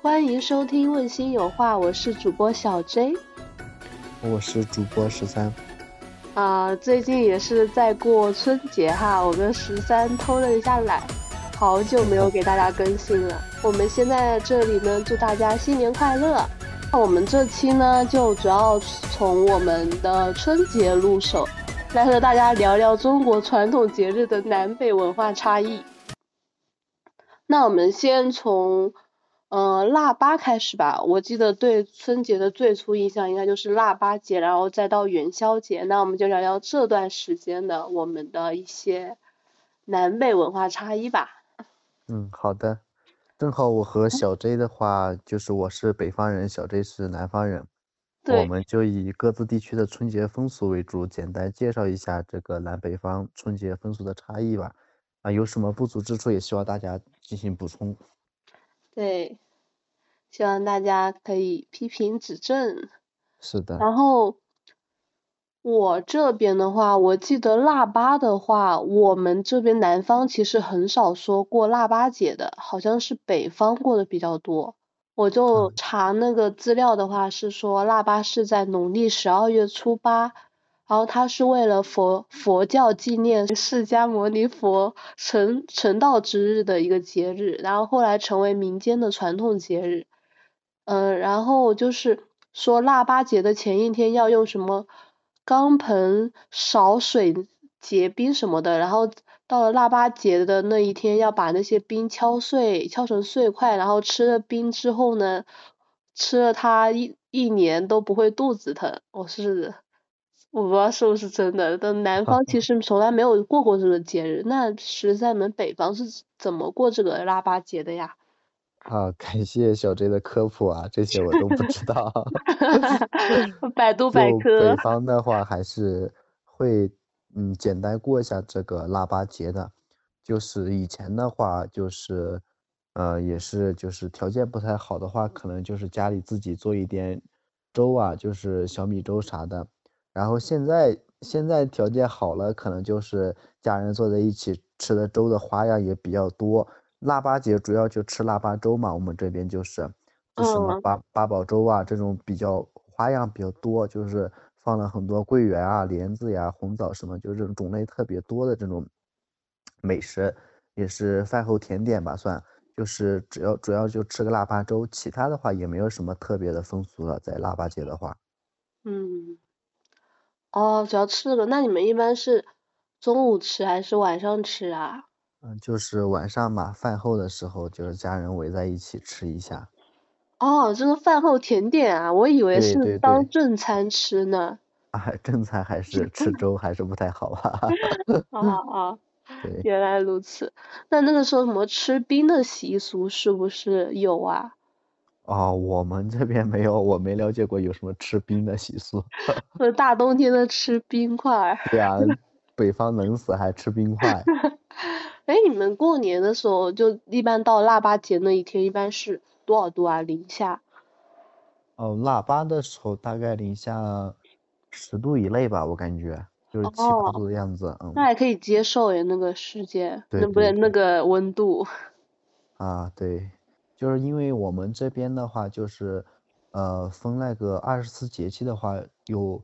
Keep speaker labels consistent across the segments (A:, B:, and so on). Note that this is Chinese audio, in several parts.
A: 欢迎收听问心有话，我是主播小 J。
B: 我是主播13。
A: 最近也是在过春节哈，我跟13偷了一下懒，好久没有给大家更新了。我们现在这里呢，祝大家新年快乐。那我们这期呢，就主要从我们的春节入手，来和大家聊聊中国传统节日的南北文化差异。那我们先从腊八开始吧。我记得对春节的最初印象应该就是腊八节，然后再到元宵节。那我们就聊聊这段时间的我们的一些南北文化差异吧。
B: 好的。正好我和小 J 的话，就是我是北方人，小 J 是南方人，我
A: 对，
B: 们就以各自地区的春节风俗为主，简单介绍一下这个南北方春节风俗的差异吧。有什么不足之处，也希望大家进行补充。
A: 对，希望大家可以批评指正。
B: 是的。
A: 然后我这边的话，我记得腊八的话，我们这边南方其实很少说过腊八节的，好像是北方过的比较多。我就查那个资料的话，是说腊八是在农历12月初8，然后它是为了佛教纪念释迦牟尼佛成道之日的一个节日，然后后来成为民间的传统节日。然后就是说腊八节的前一天要用什么钢盆烧水结冰什么的，然后到了腊八节的那一天要把那些冰敲碎，敲成碎块，然后吃了冰之后呢，吃了它一年都不会肚子疼。我不知道是不是真的，但南方其实从来没有过这个节日。那实在你们北方是怎么过这个腊八节的呀？
B: 感谢小 J 的科普啊，这些我都不知道。
A: 百度百
B: 就北
A: 科。
B: 方的话，还是会简单过一下这个腊八节的。就是以前的话，就是也是就是条件不太好的话，可能就是家里自己做一点粥啊，就是小米粥啥的。然后现在条件好了，可能就是家人坐在一起吃的粥的花样也比较多。腊八节主要就吃腊八粥嘛，我们这边就什么
A: 嗯。
B: 八宝粥啊，这种比较花样比较多，就是放了很多桂圆啊、莲子呀、红枣什么，就是这种种类特别多的这种美食，也是饭后甜点吧算。就是主要就吃个腊八粥，其他的话也没有什么特别的风俗了，在腊八节的话。
A: 嗯。哦，主要吃这个，那你们一般是中午吃还是晚上吃啊？
B: 就是晚上嘛，饭后的时候，就是家人围在一起吃一下。
A: 哦，这个饭后甜点啊，我以为
B: 对
A: 是当
B: 对对。
A: 正餐吃呢。
B: 正餐还是吃粥还是不太好吧。
A: 啊啊，
B: 对。
A: 原来如此。那个时候什么吃冰的习俗是不是有啊？
B: 我们这边没有，我没了解过有什么吃冰的习俗。
A: 大冬天的吃冰块儿。
B: 对啊，北方冷死还吃冰块。
A: 哎，你们过年的时候就一般到腊八节那一天，一般是多少度啊？零下？
B: 哦，腊八的时候大概零下10度以内吧，我感觉就是7、8度
A: 哦，
B: 的样子。
A: 那还可以接受诶，那个时间，那不对，那
B: 对对对。
A: 个温度。
B: 对，就是因为我们这边的话，就是分那个24节气的话，有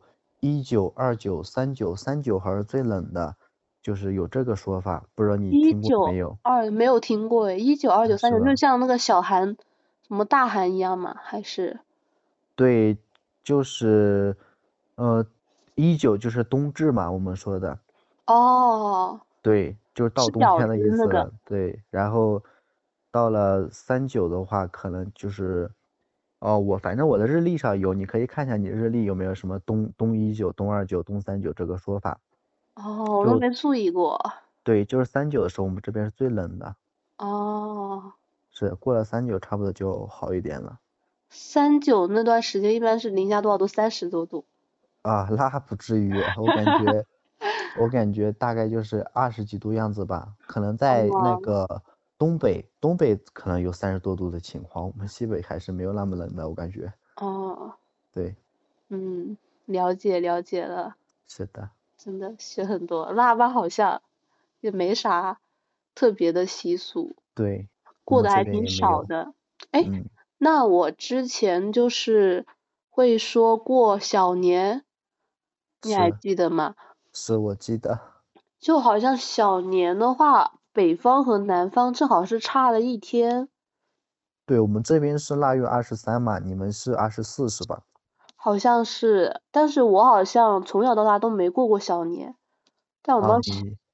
B: 19、29、39，39好像是最冷的，就是有这个说法，不知道你听过没有？
A: 没有听过诶，19、29、39，就
B: 是的。
A: 像那个小寒，什么大寒一样吗？还是？
B: 对，就是呃19就是冬至嘛，我们说的。
A: 哦，
B: 对，就是到
A: 吃饺
B: 冬天的
A: 子那个。
B: 意思。对，然后到了39的话，可能就是反正我的日历上有，你可以看一下你日历有没有什么冬19、冬29、冬39这个说法。
A: 哦，我都
B: 就
A: 没注意过。
B: 对，就是39的时候，我们这边是最冷的。
A: 哦，
B: 是过了39差不多就好一点了。
A: 39那段时间一般是零下多少度？30多度。
B: 那不至于，我感觉大概就是20几度样子吧，可能在那
A: 哦。
B: 个东北可能有30多度的情况，我们西北还是没有那么冷的，我感觉。
A: 哦。
B: 对。
A: 嗯，了解了。
B: 是的。
A: 真的学很多。腊八好像也没啥特别的习俗，
B: 对，我
A: 过
B: 们这
A: 得还挺
B: 边也没有。
A: 少的。哎，
B: 嗯。
A: 那我之前就是会说过小年，你还
B: 是
A: 记得吗？
B: 是，我记得。
A: 就好像小年的话，北方和南方正好是差了一天，
B: 对，我们这边是腊月23嘛，你们是24是吧？
A: 好像是，但是我好像从小到大都没过过小年，但我
B: 啊，
A: 们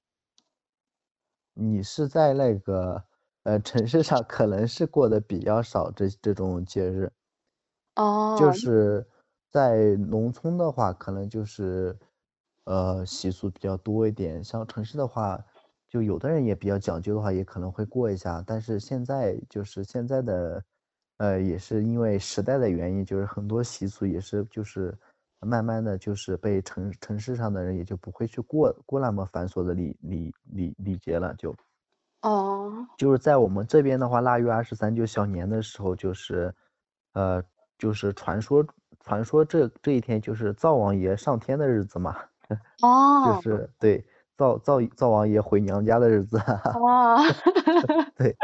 B: 你是在那个城市上可能是过得比较少这种节日，就
A: 哦
B: 是在农村的话，可能就是习俗比较多一点，像城市的话，就有的人也比较讲究的话，也可能会过一下，但是现在就是现在的也是因为时代的原因，就是很多习俗也是就是慢慢的就是被城市上的人也就不会去过那么繁琐的礼节了，
A: 哦
B: 就是在我们这边的话，腊月23就小年的时候，呃，就是传说这一天就是灶王爷上天的日子嘛，就
A: 哦
B: 是对灶王爷回娘家的日子，
A: 哇，
B: 对。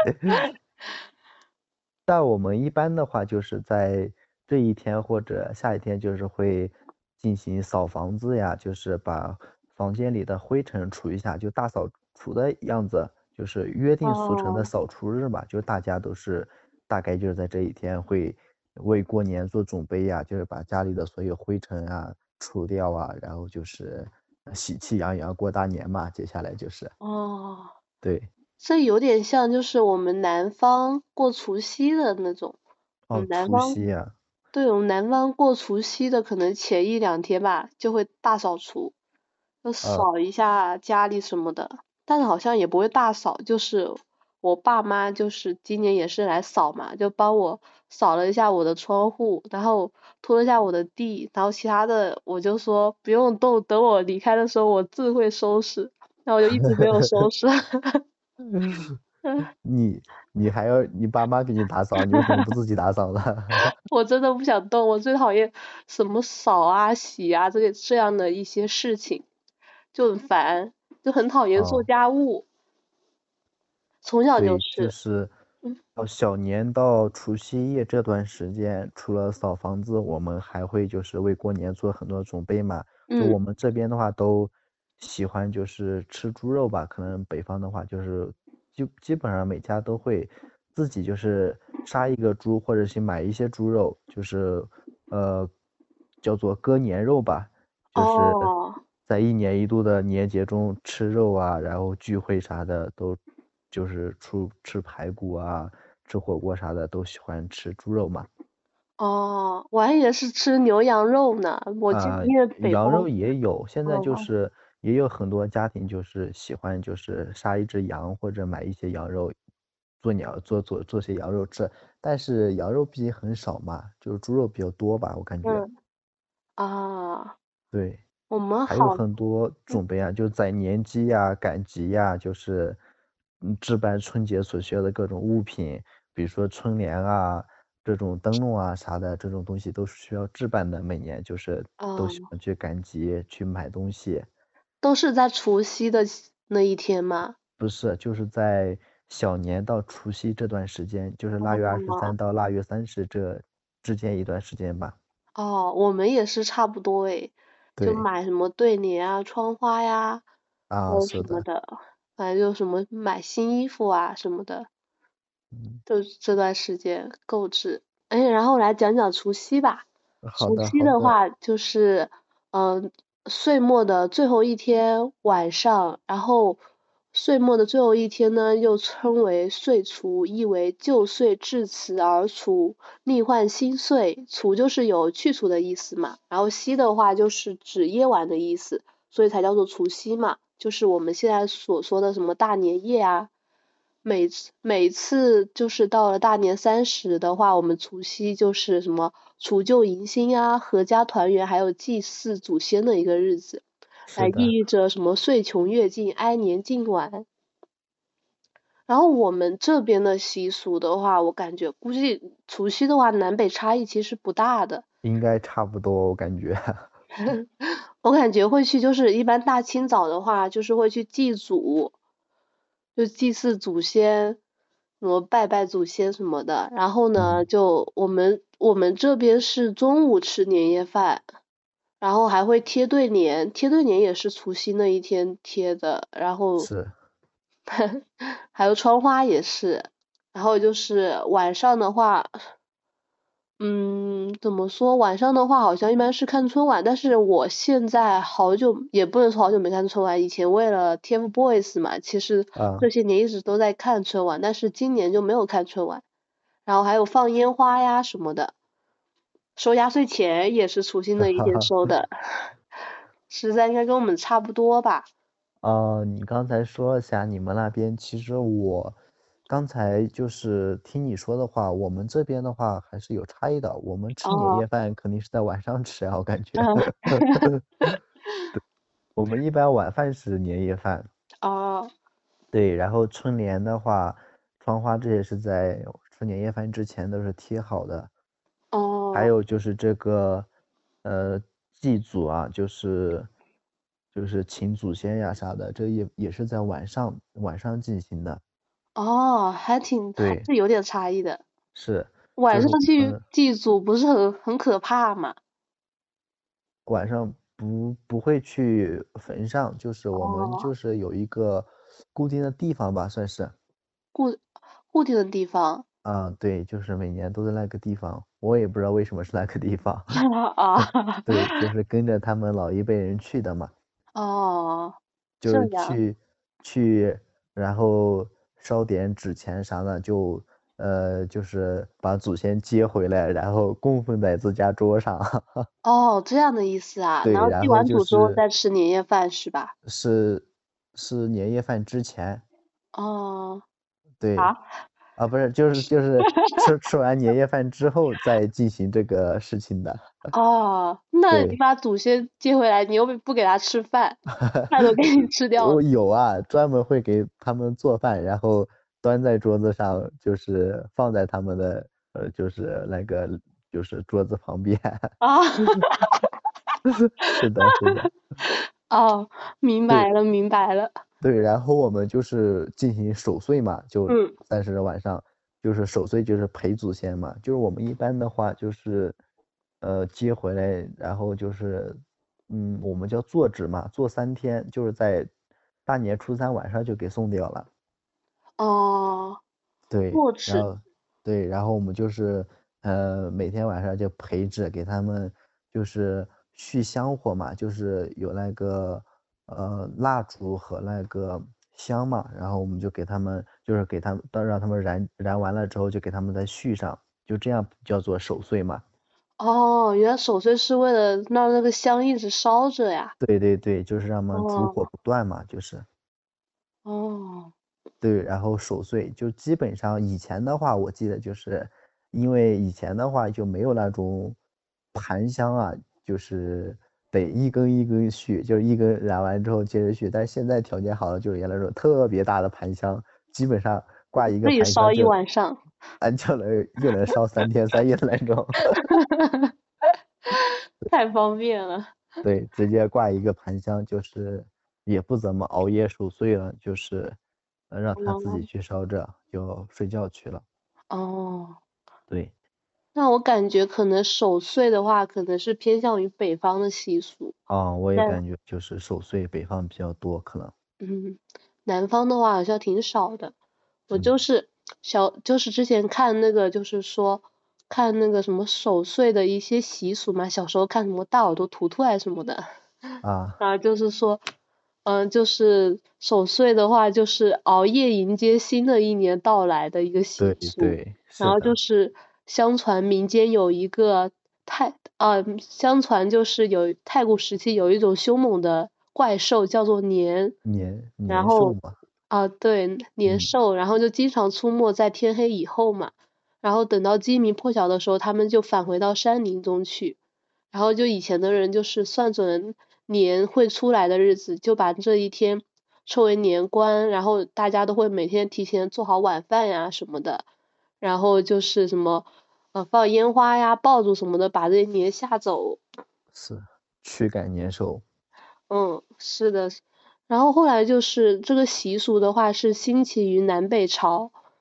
B: 但我们一般的话，就是在这一天或者下一天，就是会进行扫房子呀，就是把房间里的灰尘除一下，就大扫除的样子，就是约定俗成的
A: 哦
B: 扫除日嘛，就大家都是大概就是在这一天会为过年做准备呀，就是把家里的所有灰尘啊除掉啊，然后就是喜气洋洋过大年嘛，接下来就是
A: 哦，
B: 对。
A: 这有点像就是我们南方过除夕的那种，我
B: 哦，
A: 们南方
B: 除夕呀。
A: 对，我们南方过除夕的可能前一两天吧，就会大扫除，就
B: 呃。
A: 扫一下家里什么的，但是好像也不会大扫，就是我爸妈就是今年也是来扫嘛，就帮我扫了一下我的窗户，然后拖了一下我的地，然后其他的我就说不用动，等我离开的时候我自会收拾，然后我就一直没有收拾。
B: 你你还要你爸妈给你打扫，你为什么不自己打扫呢？
A: 我真的不想动，我最讨厌什么扫啊、洗啊这样的一些事情，就很烦，就很讨厌做
B: 哦，
A: 家务，从小就
B: 对，就
A: 是，
B: 是
A: 嗯
B: 到小年到除夕夜这段时间，除了扫房子，我们还会就是为过年做很多准备嘛。就
A: 嗯，
B: 我们这边的话，都喜欢就是吃猪肉吧，可能北方的话就是基本上每家都会自己就是杀一个猪，或者是买一些猪肉，就是呃叫做割年肉吧。就是
A: 哦
B: 在一年一度的年节中吃肉啊，然后聚会啥的都就是吃排骨啊，吃火锅啥的都喜欢吃猪肉嘛。
A: 哦，我还以为是吃牛羊肉呢，我记得
B: 啊，
A: 因为北方，
B: 羊肉也有，现在就
A: 哦
B: 是也有很多家庭就是喜欢就是杀一只羊或者买一些羊肉，做些羊肉吃，但是羊肉毕竟很少嘛，就是猪肉比较多吧，我感觉。
A: 嗯啊，
B: 对。
A: 我们好，
B: 还有很多准备啊，就在年鸡呀、赶集呀，就是置办春节所需要的各种物品，比如说春联啊、这种灯笼啊啥的，这种东西都是需要置办的。每年就是都喜
A: 嗯，
B: 欢去赶集去买东西，
A: 都是在除夕的那一天吗？
B: 不是，就是在小年到除夕这段时间，就是腊月23
A: 哦
B: 到腊月30这之间一段时间吧。
A: 哦，我们也是差不多诶，就
B: 对。
A: 买什么对联啊、窗花呀，还
B: 啊，
A: 有
B: 是的。
A: 什么的，反正就什么买新衣服啊什么的，
B: 嗯。
A: 就这段时间购置。哎，然后来讲讲除夕吧。
B: 好的，
A: 除夕
B: 好的。
A: 的话就是，岁末的最后一天晚上，然后岁末的最后一天呢，又称为岁除，意为旧岁至此而除，逆换新岁。除就是有去除的意思嘛，然后夕的话就是指夜晚的意思，所以才叫做除夕嘛，就是我们现在所说的什么大年夜啊。每次就是到了大年30的话，我们除夕就是什么除旧迎新啊、合家团圆，还有祭祀祖先的一个日子，来
B: 是的。
A: 意味着什么岁穷月尽、哀年近晚。然后我们这边的习俗的话，我感觉估计除夕的话，南北差异其实不大的。
B: 应该差不多，我感觉。
A: 我感觉会去就是一般大清早的话，就是会去祭祖，就祭祀祖先， 什么拜拜祖先什么的。然后呢，
B: 嗯，
A: 就我们这边是中午吃年夜饭，然后还会贴对联，贴对联也是除夕那一天贴的，然后
B: 是
A: 还有窗花也是，然后就是晚上的话。怎么说？晚上的话，好像一般是看春晚，但是我现在好久，也不能说好久没看春晚。以前为了 TFBOYS 嘛，其实
B: 啊，
A: 这些年一直都在看春晚，但是今年就没有看春晚。然后还有放烟花呀什么的，收压岁钱也是除夕那一天
B: 哈哈。
A: 收的，实在应该跟我们差不多吧？
B: 你刚才说了下你们那边，其实我刚才就是听你说的话，我们这边的话还是有差异的。我们吃年
A: 哦，
B: 夜饭肯定是在晚上吃啊，我感觉。
A: 嗯，
B: 我们一般晚饭是年夜饭，
A: 哦，
B: 对，然后春联的话，窗花这些是在吃年夜饭之前都是贴好的。还
A: 哦，
B: 有就是这个，祭祖啊，就是请祖先呀啥的，这也是在晚上进行的。
A: 哦，还
B: 对，
A: 是有点差异的。
B: 是，就是
A: 晚上去
B: 我们
A: 祭祖不是很可怕吗？
B: 晚上不会去坟上，就是我们
A: 哦，
B: 就是有一个固定的地方吧，算是。
A: 固固定的地方。
B: 啊，对，就是每年都在那个地方，我也不知道为什么是那个地方。
A: 啊，
B: 对，就是跟着他们老一辈人去的嘛。
A: 哦，
B: 就是
A: 这样。
B: 去，然后烧点纸钱啥的，就是把祖先接回来，然后供奉在自家桌上。
A: 哦，这样的意思啊。然
B: 对，
A: 后祭
B: 然后
A: 完祖之后
B: 就是
A: 再吃年夜饭是吧？
B: 是是年夜饭之前，
A: 哦，
B: 对，
A: 啊？
B: 啊不是，就是吃完年夜饭之后再进行这个事情的。
A: 哦，那你
B: 对。
A: 把祖先接回来，你又不给他吃饭，饭都给你吃掉了。
B: 我有啊，专门会给他们做饭，然后端在桌子上，就是放在他们的就是那个就是桌子旁边。
A: 啊，
B: 是的，是的，
A: 哦，明
B: 对
A: 白了，明白了。
B: 对，然后我们就是进行守岁嘛，就
A: 嗯，
B: 30晚上就是守岁，就是陪祖先嘛，就是我们一般的话就是接回来，然后就是我们叫坐纸嘛，坐3天，就是在大年初三晚上就给送掉了。
A: 哦，
B: 对，
A: 过吃。
B: 然后对，然后我们就是每天晚上就陪着给他们就是续香火嘛，就是有那个蜡烛和那个香嘛，然后我们就给他们就是给他们让他们燃完了之后就给他们再续上，就这样叫做守岁嘛。
A: 哦，原来守岁是为了让那个香一直烧着呀。
B: 对对对，就是让他们烛火
A: 哦，
B: 不断嘛，就是。
A: 哦，
B: 对，然后守岁就基本上以前的话，我记得就是因为以前的话就没有那种盘香啊，就是得一根一根续，就是一根燃完之后接着续。但是现在条件好了，就是有那种特别大的盘香，基本上挂一个
A: 可以烧一
B: 盘香就，
A: 晚上。
B: 就能烧3天3夜的那种。
A: 太方便了。
B: 对，直接挂一个盘香，就是也不怎么熬夜守岁了，就是让他自己
A: 哦，
B: 去烧着就睡觉去了。
A: 哦，
B: 对。
A: 那我感觉可能守岁的话，可能是偏向于北方的习俗。
B: 我也
A: 但
B: 感觉就是守岁北方比较多，可能。
A: 嗯，南方的话好像挺少的。我
B: 嗯
A: 就是就是之前看那个，就是说看那个什么守岁的一些习俗嘛，小时候看什么大耳朵图图啊什么的。
B: 啊，
A: 啊，就是说，就是守岁的话，就是熬夜迎接新的一年到来的一个
B: 对
A: 习俗。
B: 对，
A: 然后就
B: 是的，
A: 是相传民间有一个相传就是有太古时期有一种凶猛的怪兽叫做年，然后
B: 年兽嘛。
A: 对，年
B: 嗯，
A: 兽，然后就经常出没在天黑以后嘛。然后等到鸡鸣破晓的时候，他们就返回到山林中去。然后就以前的人就是算准年会出来的日子，就把这一天称为年关，然后大家都会每天提前做好晚饭呀什么的，然后就是什么放烟花呀、爆竹什么的，把这些年吓走。
B: 是驱赶年兽。
A: 嗯，是的。然后后来就是这个习俗的话是兴起于南北朝，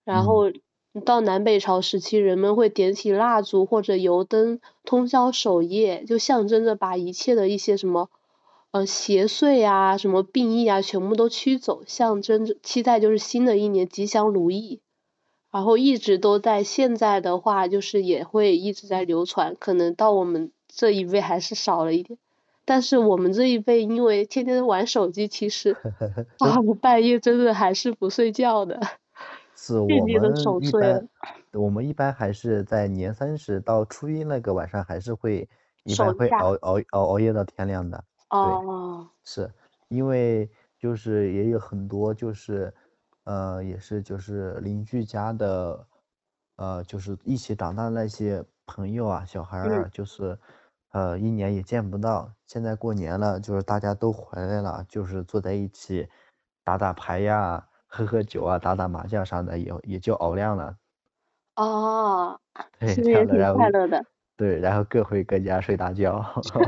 A: 然后到南北朝时期，人们会点起蜡烛或者油灯，通宵守夜，就象征着把一切的一些什么邪祟啊、什么病疫啊，全部都驱走，象征着期待就是新的一年吉祥如意。然后一直都在现在的话，就是也会一直在流传，可能到我们这一辈还是少了一点。但是我们这一辈因为天天玩手机，其实到了半夜真的还是不睡觉的，
B: 是我
A: 渐渐的
B: 们一般，
A: 守岁了，
B: 我们一般还是在年30到初一那个晚上，还是会一般会
A: 守一下。
B: 熬夜到天亮的。对，
A: 哦，
B: 是因为就是也有很多就是也是就是邻居家的就是一起长大的那些朋友啊小孩儿啊，就是一年也见不到，现在过年了，就是大家都回来了，就是坐在一起打打牌呀，喝喝酒啊，打打麻将啥的，也就熬亮了。
A: 哦，
B: 对，
A: 其实也挺
B: 这样的，然后
A: 快乐的。
B: 对，然后各回各家睡大觉。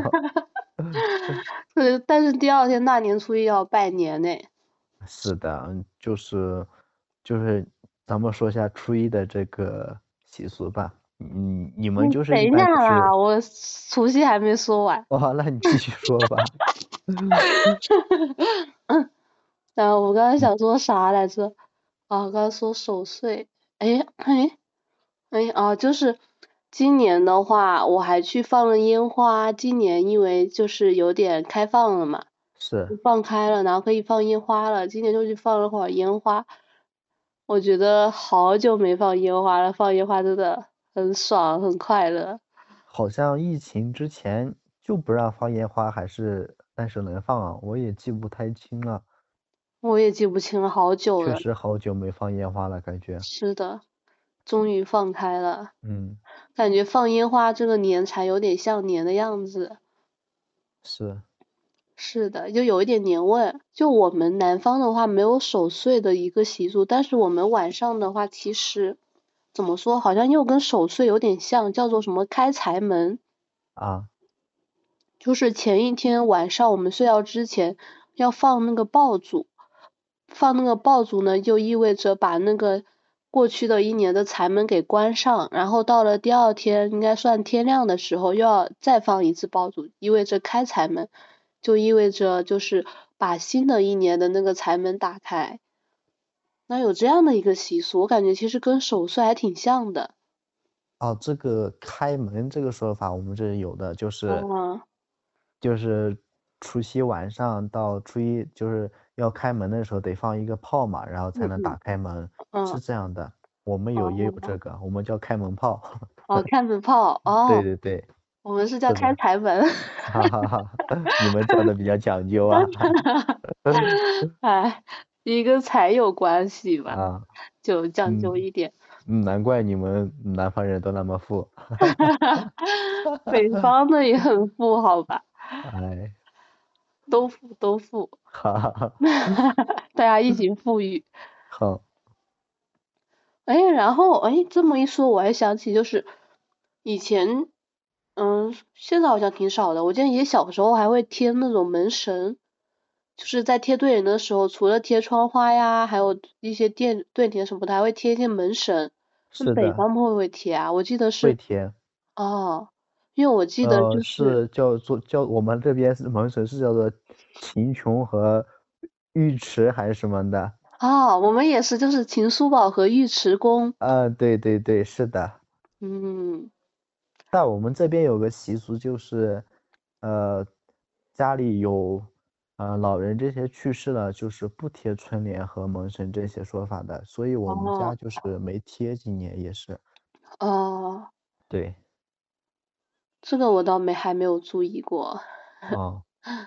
A: 但是第二天大年初一要拜年呢。
B: 是的，就是咱们说一下初一的这个习俗吧。你们就是
A: 等一
B: 一般就是
A: 下啦，我除夕还没说完。
B: 哇，那你继续说吧。
A: 然后我刚才想说啥来着？啊，刚刚说守岁。哎，就是今年的话，我还去放了烟花。今年因为就是有点开放了嘛，
B: 是，
A: 放开了，然后可以放烟花了。今年就去放了会儿烟花，我觉得好久没放烟花了，放烟花真的很爽，很快乐。
B: 好像疫情之前就不让放烟花，还是但是能放啊，我也记不太清了。
A: 我也记不清了，好久了。
B: 确实好久没放烟花了，感觉。
A: 是的，终于放开了，
B: 嗯，
A: 感觉放烟花这个年才有点像年的样子。
B: 是。
A: 是的，就有一点年味。就我们南方的话，没有守岁的一个习俗，但是我们晚上的话，其实怎么说，好像又跟守岁有点像，叫做什么开财门。
B: 啊。
A: 就是前一天晚上我们睡觉之前要放那个爆竹，放那个爆竹呢，就意味着把那个过去的一年的财门给关上，然后到了第二天应该算天亮的时候又要再放一次爆竹，意味着开财门，就意味着就是把新的一年的那个财门打开。那有这样的一个习俗，我感觉其实跟守岁还挺像的。
B: 哦，这个开门这个说法我们这里有的，
A: 嗯
B: 就是除夕晚上到初一，就是要开门的时候得放一个炮嘛，然后才能打
A: 嗯嗯
B: 开门，是
A: 嗯，
B: 这样的。我们也有这
A: 哦
B: 个，我们叫开门炮。
A: 哦，开门炮
B: 对
A: 哦。
B: 对对，
A: 我们是叫开
B: 是的，
A: 财门。
B: 哈哈哈，你们叫的比较讲究啊。
A: 哎，一跟财有关系吧，
B: 啊，
A: 就讲究
B: 嗯
A: 一点。
B: 难怪你们南方人都那么富。
A: 北方的也很富，好吧，
B: 哎，
A: 都富都富，
B: 哈哈哈，
A: 大家一起富裕。
B: 好。
A: 哎，然后这么一说，我还想起就是以前，现在好像挺少的。我记得也小时候还会贴那种门神，就是在贴对联的时候，除了贴窗花呀，还有一些对联什么的，还会贴一些门神。那
B: 是的，
A: 北方会不会贴啊？我记得是，
B: 会贴。
A: 哦，因为我记得就是
B: 是叫我们这边是门神是叫做秦琼和尉迟还是什么的。
A: 我们也是，就是秦叔宝和尉迟恭。
B: 对对对，是的。
A: 嗯，
B: 但我们这边有个习俗，就是呃家里有老人这些去世了，就是不贴春联和门神这些说法的，所以我们
A: 哦
B: 家就是没贴，今年也是。
A: 哦，
B: 对。
A: 这个我倒还没有注意过。
B: 哦。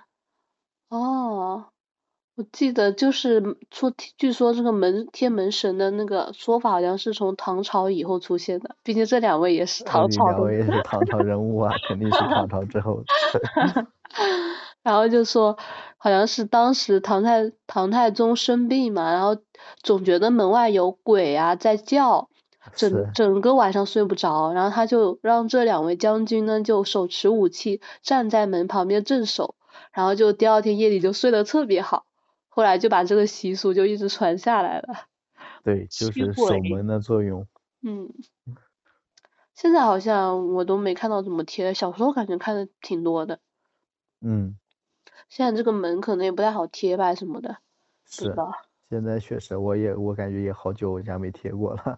A: 哦，我记得就是据说这个贴门神的那个说法好像是从唐朝以后出现的，毕竟这两位也是唐
B: 你
A: 朝的人。
B: 两位也是唐朝人物啊，肯定是唐朝之后。
A: 然后就说好像是当时唐太宗生病嘛，然后总觉得门外有鬼啊在叫，整
B: 是。
A: 整个晚上睡不着，然后他就让这两位将军呢就手持武器站在门旁边镇守，然后就第二天夜里就睡得特别好，后来就把这个习俗就一直传下来了。
B: 对，就
A: 驱
B: 是
A: 鬼。
B: 守门的作用。
A: 嗯，现在好像我都没看到怎么贴，小时候感觉看的挺多的。
B: 嗯，
A: 现在这个门可能也不太好贴吧什么的，不知
B: 是，
A: 道。
B: 现在确实，我感觉也好久我家没贴过了。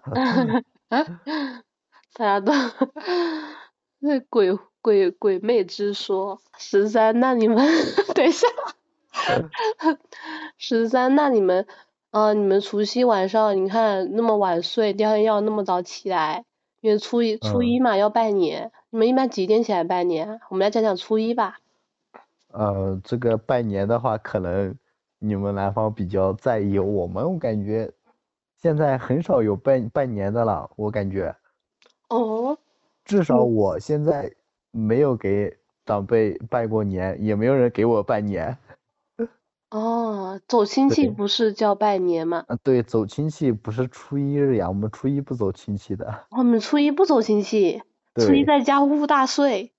A: 大家都那鬼魅之说13，那你们等一下，13，那你们除夕晚上你看那么晚睡，第二天要那么早起来，因为初一
B: 嗯，
A: 嘛要拜年，你们一般几点起来拜年啊？我们来讲讲初一吧。
B: 这个拜年的话，可能你们南方比较在意，我感觉现在很少有拜年的了，我感觉
A: 哦，
B: 至少
A: 嗯，
B: 我现在没有给长辈拜过年，也没有人给我拜年。
A: 哦，走亲戚
B: 对，
A: 不是叫拜年吗？
B: 对，走亲戚不是初一日呀，我们初一不走亲戚的。
A: 我们初一不走亲戚，初一
B: 对。
A: 在家呼呼大睡。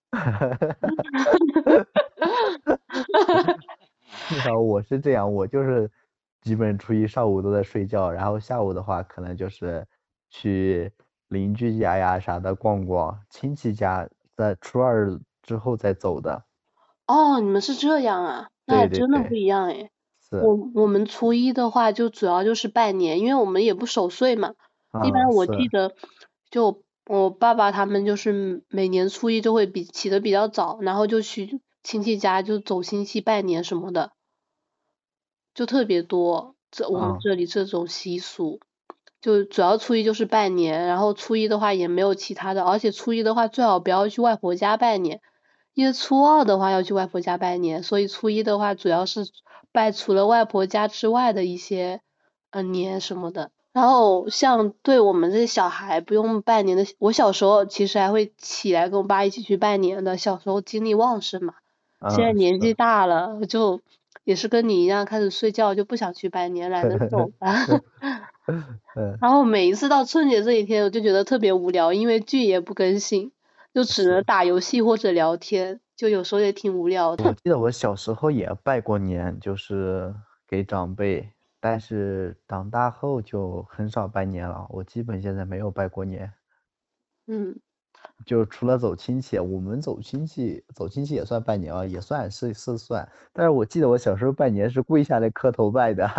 B: 至少我是这样，我就是基本初一上午都在睡觉，然后下午的话可能就是去邻居家呀啥的逛逛，亲戚家在初二之后再走的。
A: 哦，你们是这样啊，那还
B: 对对
A: 真的不
B: 对，
A: 一样诶。
B: 是
A: 我们初一的话就主要就是拜年，因为我们也不守岁嘛。一般我记
B: 是
A: 得，就我爸爸他们就是每年初一就会起得比较早，然后就去亲戚家就走亲戚拜年什么的，就特别多。我们
B: 啊
A: 这里这种习俗，就主要初一就是拜年，然后初一的话也没有其他的，而且初一的话最好不要去外婆家拜年，因为初二的话要去外婆家拜年，所以初一的话主要是拜除了外婆家之外的一些年什么的。然后像对我们这些小孩不用拜年的，我小时候其实还会起来跟我爸一起去拜年的，小时候精力旺盛嘛。现在
B: 是，
A: 年纪大了，就也是跟你一样开始睡觉，就不想去拜年，懒得走了。
B: 嗯
A: 然后每一次到春节这一天，我就觉得特别无聊，因为剧也不更新，就只能
B: 是。
A: 打游戏或者聊天，就有时候也挺无聊的。
B: 我记得我小时候也拜过年，就是给长辈，但是长大后就很少拜年了，我基本现在没有拜过年。
A: 嗯，
B: 就除了走亲戚，我们走亲戚也算拜年啊，也算是算。但是我记得我小时候拜年是跪下来磕头拜的。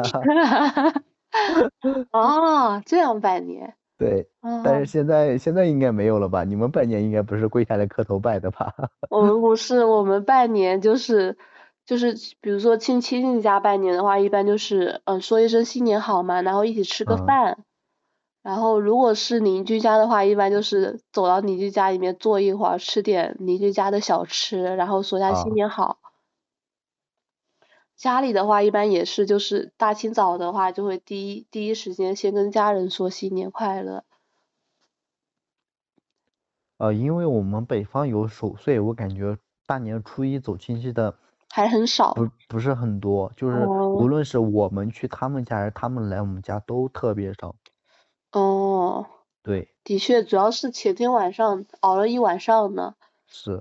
A: 哦，这样拜年，
B: 对。但是
A: 哦，
B: 现在应该没有了吧？你们拜年应该不是跪下来磕头拜的吧？
A: 我们不是，我们拜年就是比如说亲戚家拜年的话，一般就是说一声新年好嘛，然后一起吃个
B: 嗯
A: 饭。然后如果是邻居家的话，一般就是走到邻居家里面坐一会儿，吃点邻居家的小吃，然后说下新
B: 啊
A: 年好。家里的话，一般也是就是大清早的话，就会第一时间先跟家人说新年快乐。
B: 因为我们北方有守岁，我感觉大年初一走亲戚的
A: 还很少。
B: 不是很多，就是无
A: 哦
B: 论是我们去他们家，还是他们来我们家，都特别少。
A: 哦，
B: 对，
A: 的确，主要是前天晚上熬了一晚上呢。
B: 是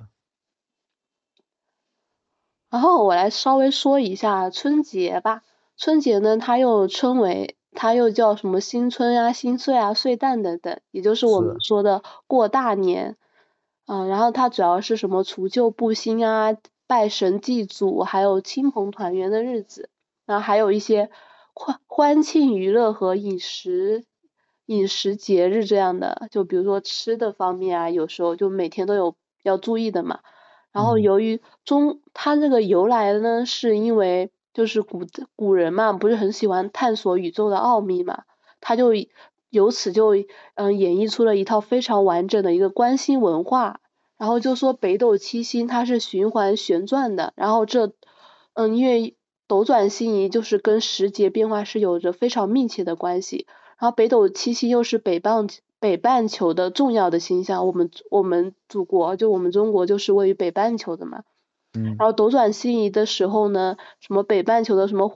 A: 然后我来稍微说一下春节吧。春节呢，它又叫什么新春啊、新岁啊、岁旦等等，也就是我们
B: 是
A: 说的过大年。然后它主要是什么除旧布新啊、拜神祭祖，还有亲朋团圆的日子。然后还有一些欢庆娱乐和饮食节日这样的，就比如说吃的方面啊，有时候就每天都有要注意的嘛。然后
B: 嗯
A: 由于它这个由来呢，是因为就是古人嘛，不是很喜欢探索宇宙的奥秘嘛，他就由此就演绎出了一套非常完整的一个观星文化。然后就说北斗七星它是循环旋转的，然后因为斗转星移就是跟时节变化是有着非常密切的关系。然后北斗七星又是北半球的重要的星象，我们祖国就我们中国就是位于北半球的嘛。
B: 嗯
A: 然后斗转星移的时候呢，什么北半球的什么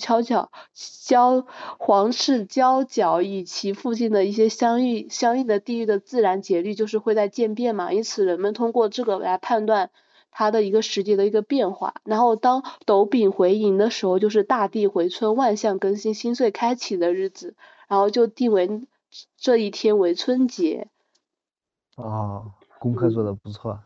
A: 黄赤交角与其附近的一些相应的地域的自然节律就是会在渐变嘛，因此人们通过这个来判断它的一个时节的一个变化。然后当斗柄回营的时候，就是大地回春、万象更新、新岁开启的日子，然后就定为这一天为春节。
B: 哦，功课做
A: 嗯。
B: 的不错。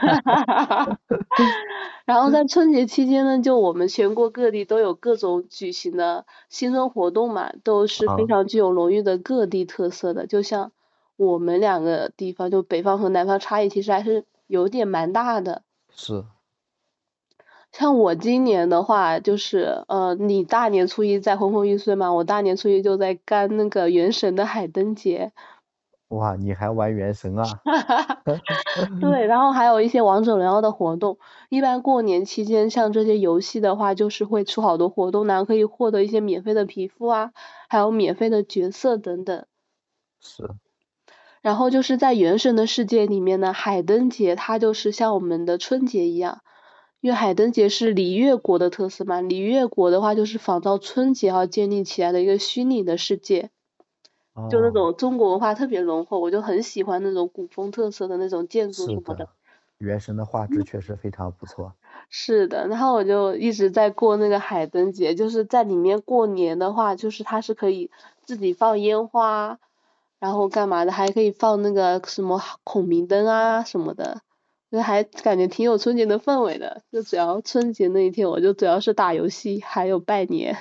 A: 然后在春节期间呢，就我们全国各地都有各种举行的新春活动嘛，都是非
B: 啊，
A: 常具有浓郁的各地特色的。就像我们两个地方，就北方和南方差异其实还是有点蛮大的。
B: 是。
A: 像我今年的话，就是你大年初一在昏昏欲睡嘛，我大年初一就在干那个原神的海灯节。
B: 哇，你还玩原神啊？
A: 对，然后还有一些王者荣耀的活动。一般过年期间，像这些游戏的话，就是会出好多活动，然后可以获得一些免费的皮肤啊，还有免费的角色等等。
B: 是。
A: 然后就是在原神的世界里面呢，海灯节它就是像我们的春节一样，因为海灯节是礼乐国的特色嘛，礼乐国的话就是仿照春节而建立起来的一个虚拟的世界。就那
B: 哦，
A: 种中国文化特别浓厚，我就很喜欢那种古风特色的那种建筑什么的。
B: 是的，原神的画质确实非常不错。
A: 是的，然后我就一直在过那个海灯节，就是在里面过年的话，就是它是可以自己放烟花，然后干嘛的，还可以放那个什么孔明灯啊什么的，就还感觉挺有春节的氛围的。就只要春节那一天，我就主要是打游戏，还有拜年。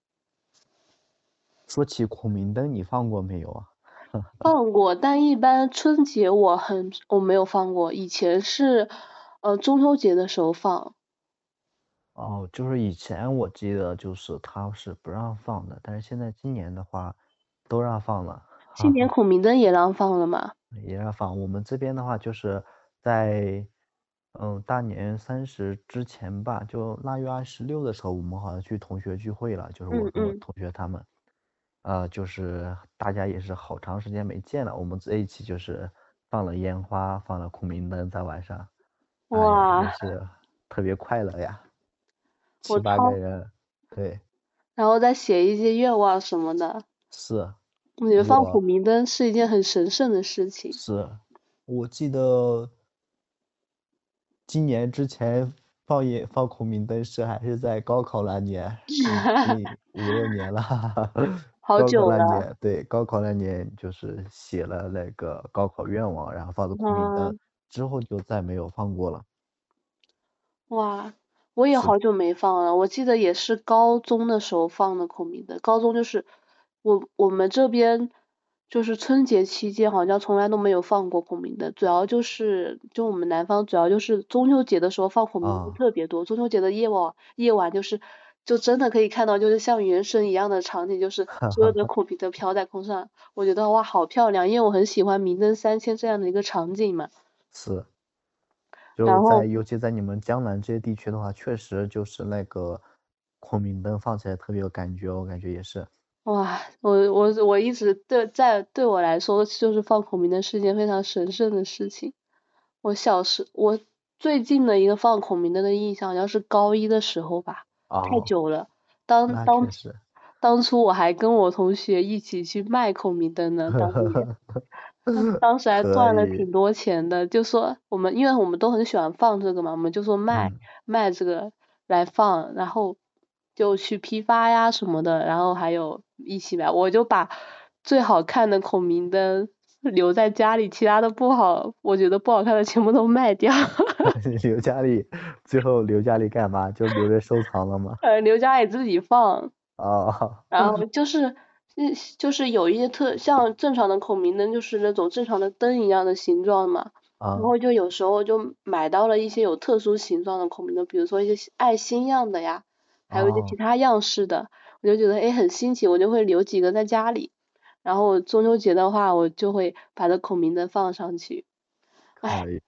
B: 说起孔明灯，你放过没有啊？
A: 放过，但一般春节我没有放过，以前是中秋节的时候放。
B: 哦，就是以前我记得就是他是不让放的，但是现在今年的话都让放了。
A: 今年孔明灯也让放了嘛？
B: 也让放。我们这边的话就是在大年30之前吧，就腊月26的时候，我们好像去同学聚会了，就是我
A: 嗯嗯。
B: 跟我同学他们，就是大家也是好长时间没见了，我们在一起就是放了烟花，放了孔明灯在晚上，哎呀，也
A: 哇，
B: 是特别快乐呀，七八个
A: 我超，
B: 人。对。
A: 然后再写一些愿望什么的。
B: 是。
A: 我觉得放孔
B: 我
A: 明灯是一件很神圣的事情。
B: 是我记得今年之前放孔明灯是还是在高考那年，已经5、6年了。
A: 好
B: 高考
A: 久了。
B: 那年，对，高考那年就是写了那个高考愿望，然后放的孔明灯，
A: 嗯。
B: 之后就再没有放过了。
A: 哇，我也
B: 是。
A: 好久没放了，我记得也是高中的时候放的孔明灯。高中就是我们这边就是春节期间好像从来都没有放过孔明灯，主要就我们南方主要就是中秋节的时候放孔明灯
B: 啊。
A: 特别多，中秋节的夜晚就真的可以看到就是像原神一样的场景，就是所有的孔明灯飘在空上，我觉得哇好漂亮，因为我很喜欢明灯三千这样的一个场景嘛。
B: 是。就
A: 然后
B: 尤其在你们江南这些地区的话，确实就是那个孔明灯放起来特别有感觉，我感觉也是。
A: 哇，我一直对我来说，就是放孔明灯是一件非常神圣的事情。我最近的一个放孔明灯的印象，好像是高一的时候吧，太
B: 哦，
A: 久了。当当
B: 那确实。
A: 当初我还跟我同学一起去卖孔明灯呢，当年当时还赚了
B: 可以。
A: 挺多钱的，就说因为我们都很喜欢放这个嘛，我们就说
B: 嗯。
A: 卖这个来放，然后就去批发呀什么的，然后还有一起买，我就把最好看的孔明灯留在家里，其他的我觉得不好看的全部都卖掉。
B: 留家里，最后留家里干嘛？就留着收藏了吗？
A: 留家里自己放。
B: 哦。
A: 然后就是有一些像正常的孔明灯，就是那种正常的灯一样的形状嘛。然
B: 啊。
A: 后就有时候就买到了一些有特殊形状的孔明灯，比如说一些爱心样的呀，还有一些其
B: 哦。
A: 他样式的，我就觉得很新奇，我就会留几个在家里。然后中秋节的话，我就会把这孔明灯放上去。哎，
B: 可以。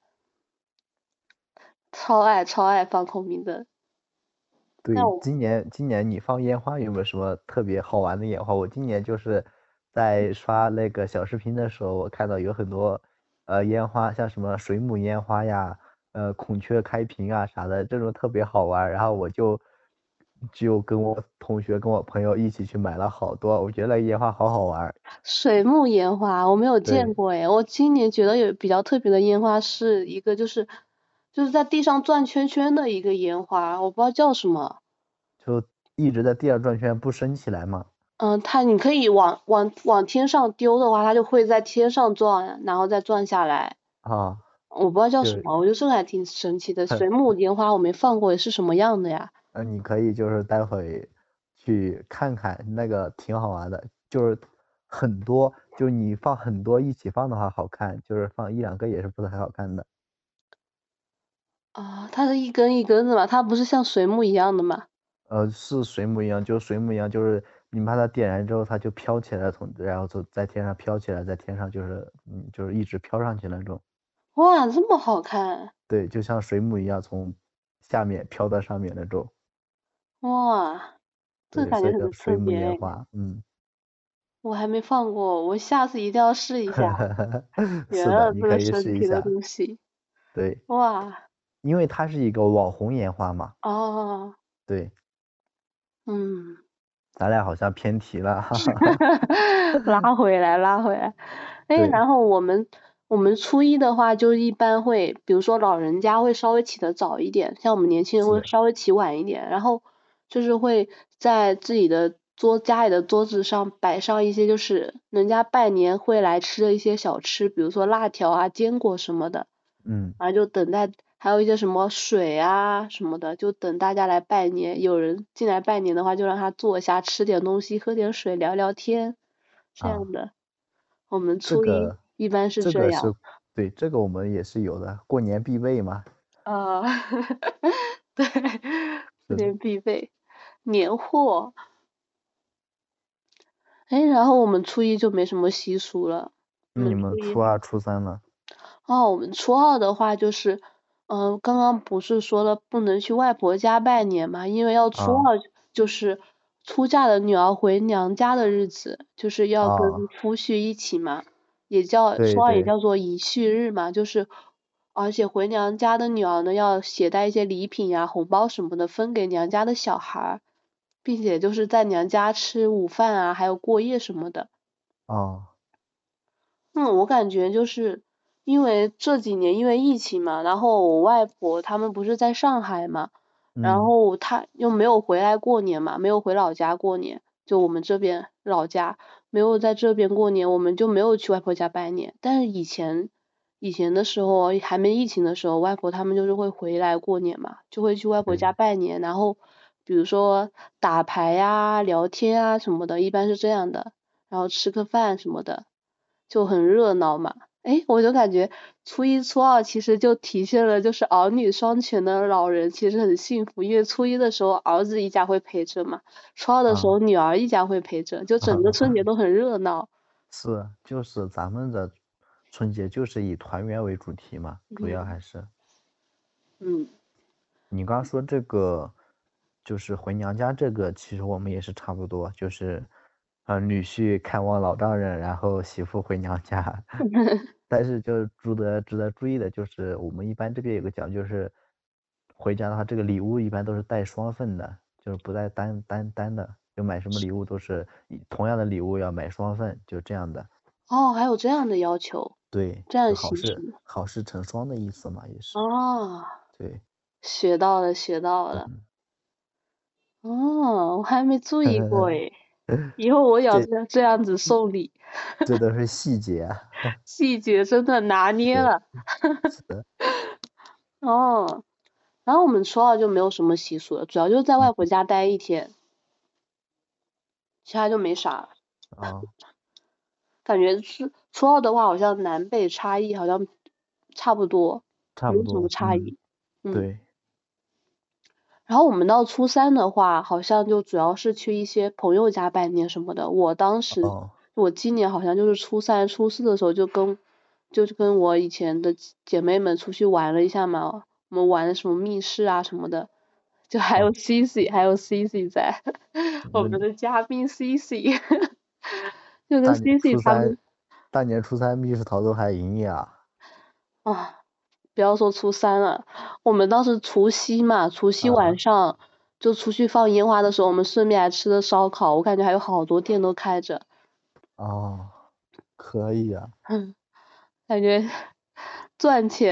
A: 超爱放孔明灯。那
B: 对，
A: 我
B: 今年你放烟花有没有什么特别好玩的烟花？我今年就是在刷那个小视频的时候，我看到有很多烟花，像什么水母烟花呀，孔雀开屏啊啥的，这种特别好玩。然后我就跟我同学跟我朋友一起去买了好多，我觉得那烟花好好玩。
A: 水幕烟花我没有见
B: 对。
A: 过我今年觉得有比较特别的烟花是一个就是就是在地上转圈圈的一个烟花，我不知道叫什么。
B: 就一直在地上转圈不升起来嘛。
A: 你可以往天上丢的话，它就会在天上转，然后再转下来。
B: 啊，
A: 我不知道叫
B: 就
A: 什么，我觉得这个还挺神奇的。水母烟花我没放过，是什么样的呀？
B: 你可以就是待会去看看，那个挺好玩的，就是很多，就你放很多一起放的话好看，就是放一两个也是不太好看的。
A: 啊，它是一根一根的嘛，它不是像水母一样的嘛？
B: 是水母一样，就水母一样，就是你把它点燃之后，它就飘起来，然后就在天上飘起来，在天上就是一直飘上去那种。
A: 哇，这么好看！
B: 对，就像水母一样从下面飘到上面那种。
A: 哇，这
B: 对，所以
A: 感觉很
B: 叫水母
A: 特别诶，
B: 烟花。
A: 我还没放过，我下次一定要试一下。原
B: 是的，
A: 来有这么
B: 你可以
A: 神奇的
B: 试一下。
A: 东西，
B: 对，
A: 哇，
B: 因为它是一个网红烟花嘛。
A: 哦，
B: 对，
A: 嗯。
B: 咱俩好像偏题了，哈哈。
A: 拉回来，拉回来。哎，
B: 对，
A: 然后我们初一的话，就一般会，比如说老人家会稍微起得早一点，像我们年轻人会
B: 是，
A: 稍微起晚一点，然后就是会在自己的家里的桌子上摆上一些就是人家拜年会来吃的一些小吃，比如说辣条啊、坚果什么的。
B: 嗯
A: 然后就等待，还有一些什么水啊什么的，就等大家来拜年。有人进来拜年的话，就让他坐下，吃点东西，喝点水，聊聊天，这样
B: 啊，
A: 的。我们初一
B: 这个
A: 一般是
B: 这个是
A: 这样。
B: 对，这个我们也是有的，过年必备嘛。
A: 呃，对，这
B: 是的。
A: 点必备。年货，哎，然后我们初一就没什么习俗了。我
B: 那你
A: 们初一。
B: 们初二、初三呢？
A: 我们初二的话就是，刚刚不是说了不能去外婆家拜年嘛，因为要初
B: 啊
A: 二就是出嫁的女儿回娘家的日子，就是要跟
B: 啊，
A: 夫婿一起嘛，也叫初二也
B: 对对。
A: 叫做迎婿日嘛，就是而且回娘家的女儿呢要携带一些礼品呀、红包什么的分给娘家的小孩儿，并且就是在娘家吃午饭啊，还有过夜什么的。
B: 啊，
A: 我感觉就是因为这几年因为疫情嘛，然后我外婆他们不是在上海嘛，然
B: 嗯
A: 后她又没有回来过年嘛，没有回老家过年，就我们这边老家没有在这边过年，我们就没有去外婆家拜年。但是以前的时候还没疫情的时候，外婆他们就是会回来过年嘛，就会去外婆家
B: 对。
A: 拜年，然后比如说打牌呀、聊天啊什么的，一般是这样的，然后吃个饭什么的。就很热闹嘛。哎，我就感觉初一、初二其实就体现了就是儿女双全的老人其实很幸福，因为初一的时候儿子一家会陪着嘛，初二的时候
B: 啊。
A: 女儿一家会陪着，就整个春节都很热闹。
B: 是，就是咱们的春节就是以团圆为主题嘛，主要
A: 嗯
B: 还是
A: 嗯
B: 你刚刚说这个，就是回娘家这个，其实我们也是差不多，就是女婿看望老丈人，然后媳妇回娘家。但是就是值得注意的就是，我们一般这边有个讲究是，回家的话，这个礼物一般都是带双份的，就是不带单的，就买什么礼物都是同样的礼物要买双份，就这样的。
A: 哦，还有这样的要求，
B: 对，
A: 这样
B: 就好事
A: 习俗
B: 好事成双的意思嘛，也是。
A: 啊，
B: 对。
A: 学到了学到了。
B: 嗯。
A: 哦，我还没注意过诶，以后我也要
B: 这
A: 这样子送礼，
B: 这都是细节啊。
A: 细节真的拿捏
B: 对，
A: 了。
B: 是的。
A: 哦。然后我们初二就没有什么习俗了，主要就是在外婆
B: 嗯
A: 家待一天，其他就没啥了。
B: 啊，
A: 感觉初二的话，好像南北差异好像差不多，没有什么
B: 差不多。
A: 差异。嗯，
B: 对。
A: 然后我们到初三的话，好像就主要是去一些朋友家拜年什么的。我当时，
B: 哦，
A: 我今年好像就是初三、初四的时候就跟我以前的姐妹们出去玩了一下嘛，我们玩的什么密室啊什么的，就还有
B: 哦，
A: CC 在，我们
B: 那
A: 的嘉宾 CC，就跟
B: 大年
A: CC
B: 初三，
A: 他们
B: 大年初三密室逃脱还营业啊？
A: 啊，不要说初三了，我们当时除夕嘛，除夕晚
B: 啊，
A: 上就出去放烟花的时候，我们顺便还吃了烧烤，我感觉还有好多店都开着，
B: 哦，可以啊。
A: 感觉赚钱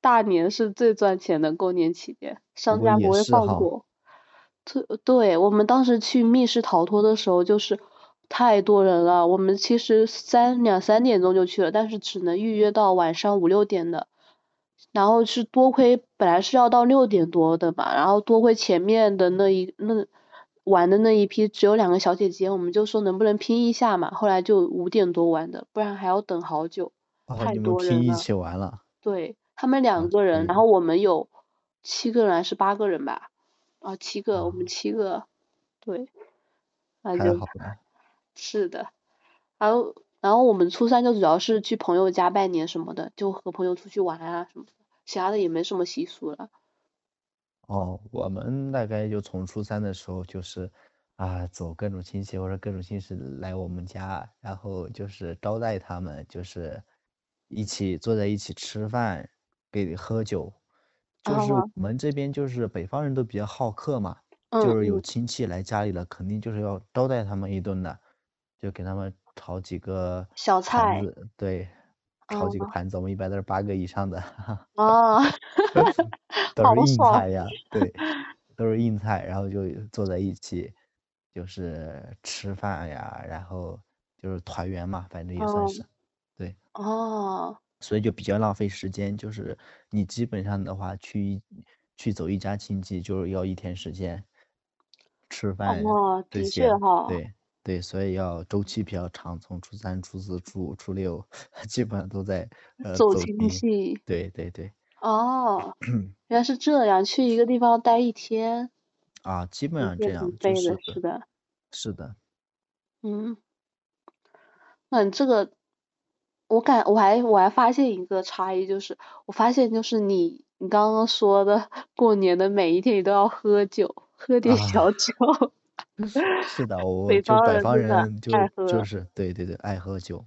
A: 大年是最赚钱的，过年期间，
B: 不过也
A: 商家不会
B: 是哈，
A: 放过。对，我们当时去密室逃脱的时候，就是太多人了。我们其实两三点钟就去了，但是只能预约到晚上5、6点的。然后是多亏本来是要到6点多的嘛，然后多亏前面的玩的那一批只有2个小姐姐，我们就说能不能拼一下嘛，后来就5点多玩的，不然还要等好久，
B: 哦，
A: 太
B: 你们
A: 多人了。
B: 拼一起玩了
A: 对，他们
B: 啊，
A: 2个人，然
B: 可以
A: 后我们有7个人还是8个人吧？啊，7个，我们
B: 啊，
A: 7个，对，那就
B: 太好了
A: 是的。然后我们初三就主要是去朋友家拜年什么的，就和朋友出去玩啊什么的，其他的也没什么习俗了。
B: 哦。我们大概就从初三的时候就是走各种亲戚或者各种亲戚来我们家，然后就是招待他们，就是一起坐在一起吃饭，给喝酒。就是我
A: 啊，
B: 们这边就是北方人都比较好客嘛，就是有
A: 嗯嗯，
B: 亲戚来家里了，肯定就是要招待他们一顿的，就给他们炒几个
A: 小菜，
B: 盘子，对，炒几个
A: 啊
B: 盘子，我们一般都是8个以上的，
A: 啊，
B: 都是
A: 好爽，
B: 硬菜呀，对，都是硬菜，然后就坐在一起，就是吃饭呀，然后就是团圆嘛，反正也算
A: 嗯
B: 是，对。
A: 哦
B: 所以就比较浪费时间。就是你基本上的话，去走一家亲戚，就是要1天时间，吃饭
A: 哦，的确
B: 这些，
A: 哈，
B: 对对，所以要周期比较长，从初三、初四、初五、初六，基本上都在
A: 走
B: 走亲。
A: 亲戚，
B: 对对对，
A: 哦，原来是这样，去一个地方待1天，
B: 基本
A: 的确
B: 上这样，就
A: 挺费的，
B: 是
A: 是的，
B: 是的
A: 嗯。嗯，这个我还发现一个差异，就是我发现就是你刚刚说的过年的每一天你都要喝酒，喝点小
B: 啊，
A: 酒，
B: 是的，我
A: 北方
B: 就北方
A: 人真的
B: 人就
A: 爱喝。
B: 就是对对对，爱喝酒，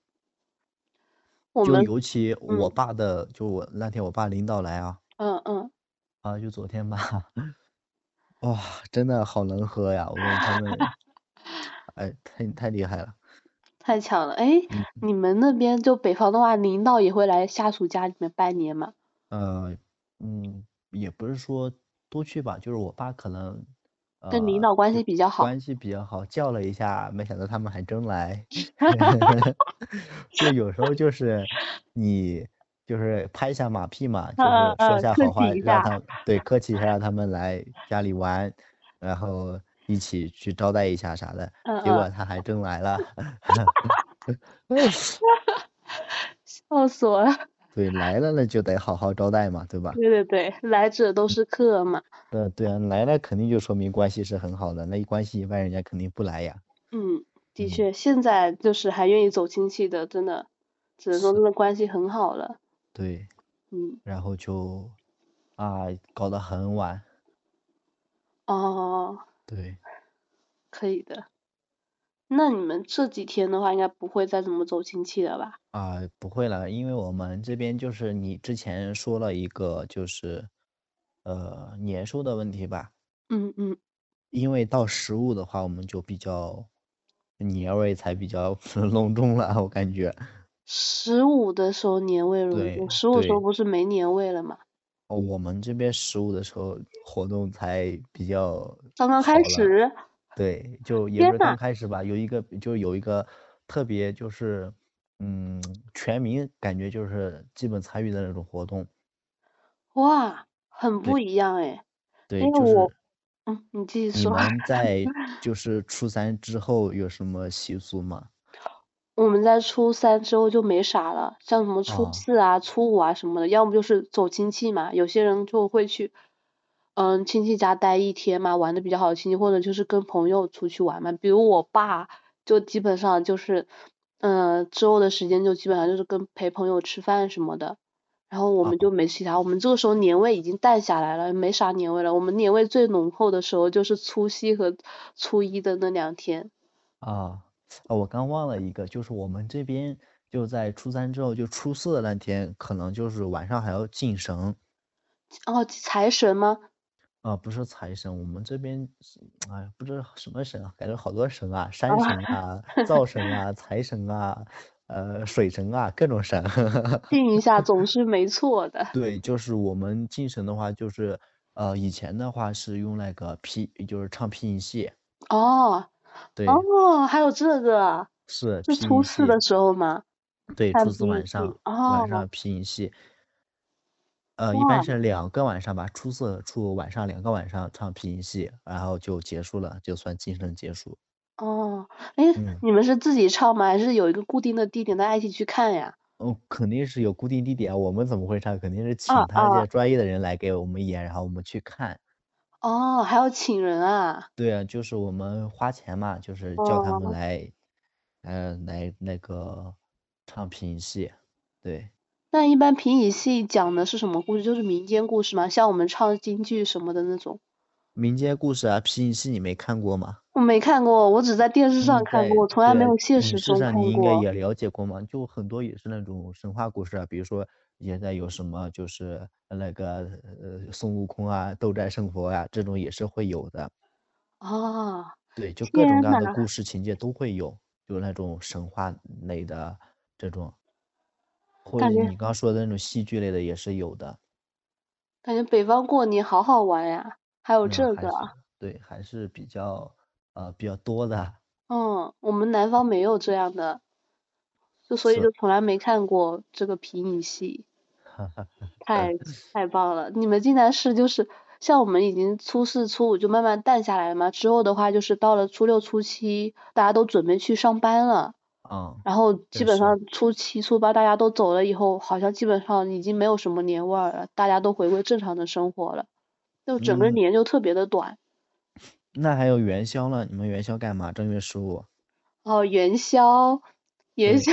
A: 我们
B: 就尤其我
A: 嗯
B: 爸的，就我那天我爸领导来
A: 嗯嗯，
B: 就昨天吧，哇，真的好能喝呀！我跟他们，哎，太厉害了。
A: 太强了。哎，
B: 嗯
A: 你们那边就北方的话，领导也会来下属家里面拜年吗？
B: 呃也不是说多去吧，就是我爸可能
A: 跟领导关
B: 就
A: 系比较好。
B: 关系比较好，叫了一下，没想到他们还真来。就有时候就是你就是拍一下马屁嘛，就是说下
A: 客
B: 好话，
A: 气一下。
B: 让他们对客气一下，让他们来家里玩，然后一起去招待一下啥的。
A: 嗯嗯，
B: 结果他还真来了。
A: 笑死我了。
B: 对，来了那就得好好招待嘛，对吧？
A: 对对对，来者都是客嘛。
B: 对啊，来了肯定就说明关系是很好的，那关系一般人家肯定不来呀。
A: 嗯，的
B: 嗯，
A: 确，现在就是还愿意走亲戚的，真的，只能说
B: 是，
A: 真的关系很好了。
B: 对，
A: 嗯，
B: 然后就搞得很晚，
A: 哦，
B: 对。
A: 可以的。那你们这几天的话，应该不会再怎么走亲戚了吧？
B: 不会了，因为我们这边就是你之前说了一个就是年兽的问题吧，
A: 嗯嗯，
B: 因为到15的话，我们就比较年味才比较隆重了，我感觉。
A: 15的时候年味隆
B: 对
A: 重，15时候
B: 对，
A: 不是没年味了吗？
B: 我们这边15的时候活动才比较
A: 刚刚开
B: 好了，
A: 始，
B: 对，就也不是刚
A: 天呐，
B: 开始吧，有一个特别就是嗯全民感觉就是基本参与的那种活动。
A: 哇，很
B: 对。
A: 不一样诶。
B: 对，
A: 因为我，
B: 就是
A: 你继续说。
B: 你们在就是初三之后有什么习俗吗？
A: 我们在初三之后就没啥了，像什么初
B: 啊
A: 四啊、初五啊什么的，要么就是走亲戚嘛，有些人就会去，亲戚家待1天嘛，玩的比较好的亲戚，或者就是跟朋友出去玩嘛。比如我爸就基本上就是，之后的时间就基本上就是跟陪朋友吃饭什么的，然后我们就
B: 啊
A: 没其他，我们这个时候年味已经淡下来了，没啥年味了。我们年味最浓厚的时候就是除夕和初一的那2天。
B: 啊我刚忘了一个，就是我们这边就在初三之后，就初四的那天，可能就是晚上还要敬神。
A: 哦，财神吗？
B: 不是财神，我们这边哎呀，不知道什么神啊，感觉好多神啊，山神
A: 啊。
B: 啊、灶神啊、财神啊， 水神啊，各种神。
A: 信一下总是没错的。
B: 对，就是我们敬神的话，就是以前的话是用那个就是唱皮影戏。
A: 哦
B: 对，
A: 哦，还有这个啊，
B: 是
A: 是
B: 皮影戏。
A: 初四的时候吗？
B: 对，初四
A: 看皮影戏
B: 晚上
A: 哦，
B: 皮影戏，一般
A: 哇
B: 是2个晚上吧，初四、初五晚上2个晚上唱皮影戏，然后就结束了，就算晋升结束。
A: 哦，哎，
B: 嗯，
A: 你们是自己唱吗？还是有一个固定的地点大家一起去看呀？
B: 哦，肯定是有固定地点，我们怎么会唱？肯定是请他这
A: 啊啊
B: 些专业的人来给我们演，然后我们去看。
A: 哦，还要请人啊？
B: 对啊，就是我们花钱嘛，就是叫他们
A: 哦，
B: 来，来那个唱皮影戏。对，
A: 那一般皮影戏讲的是什么故事？就是民间故事吗？像我们唱京剧什么的那种？
B: 民间故事啊，皮影戏你没看过吗？
A: 我没看过，我只在电视上看过，我从来没
B: 对
A: 有现
B: 影视
A: 实中
B: 上你应该
A: 看过。
B: 也了解过嘛，就很多也是那种神话故事啊，比如说现在有什么就是那个孙悟空啊、斗战胜佛啊，这种也是会有的。
A: 啊，
B: 对，就各种各样
A: 天呐，
B: 的故事情节都会有，就那种神话类的这种，或者
A: 感觉
B: 你刚刚说的那种戏剧类的也是有的。
A: 感觉北方过年好好玩呀，还有
B: 嗯，还是
A: 这个啊。
B: 对，还是比较多的。
A: 嗯，我们南方没有这样的，所以
B: 是，
A: 就从来没看过这个皮影戏，太太棒了！你们济南市就是像我们已经初四初五就慢慢淡下来了嘛，之后的话就是到了初六初七，大家都准备去上班了，
B: 嗯，
A: 然后基
B: 确实。
A: 本上初七初八大家都走了以后，好像基本上已经没有什么年味儿了，大家都回归正常的生活了，就整个
B: 嗯，
A: 年就特别的短。
B: 那还有元宵呢？你们元宵干嘛？正月十五。
A: 哦，元宵，元
B: 对，
A: 宵，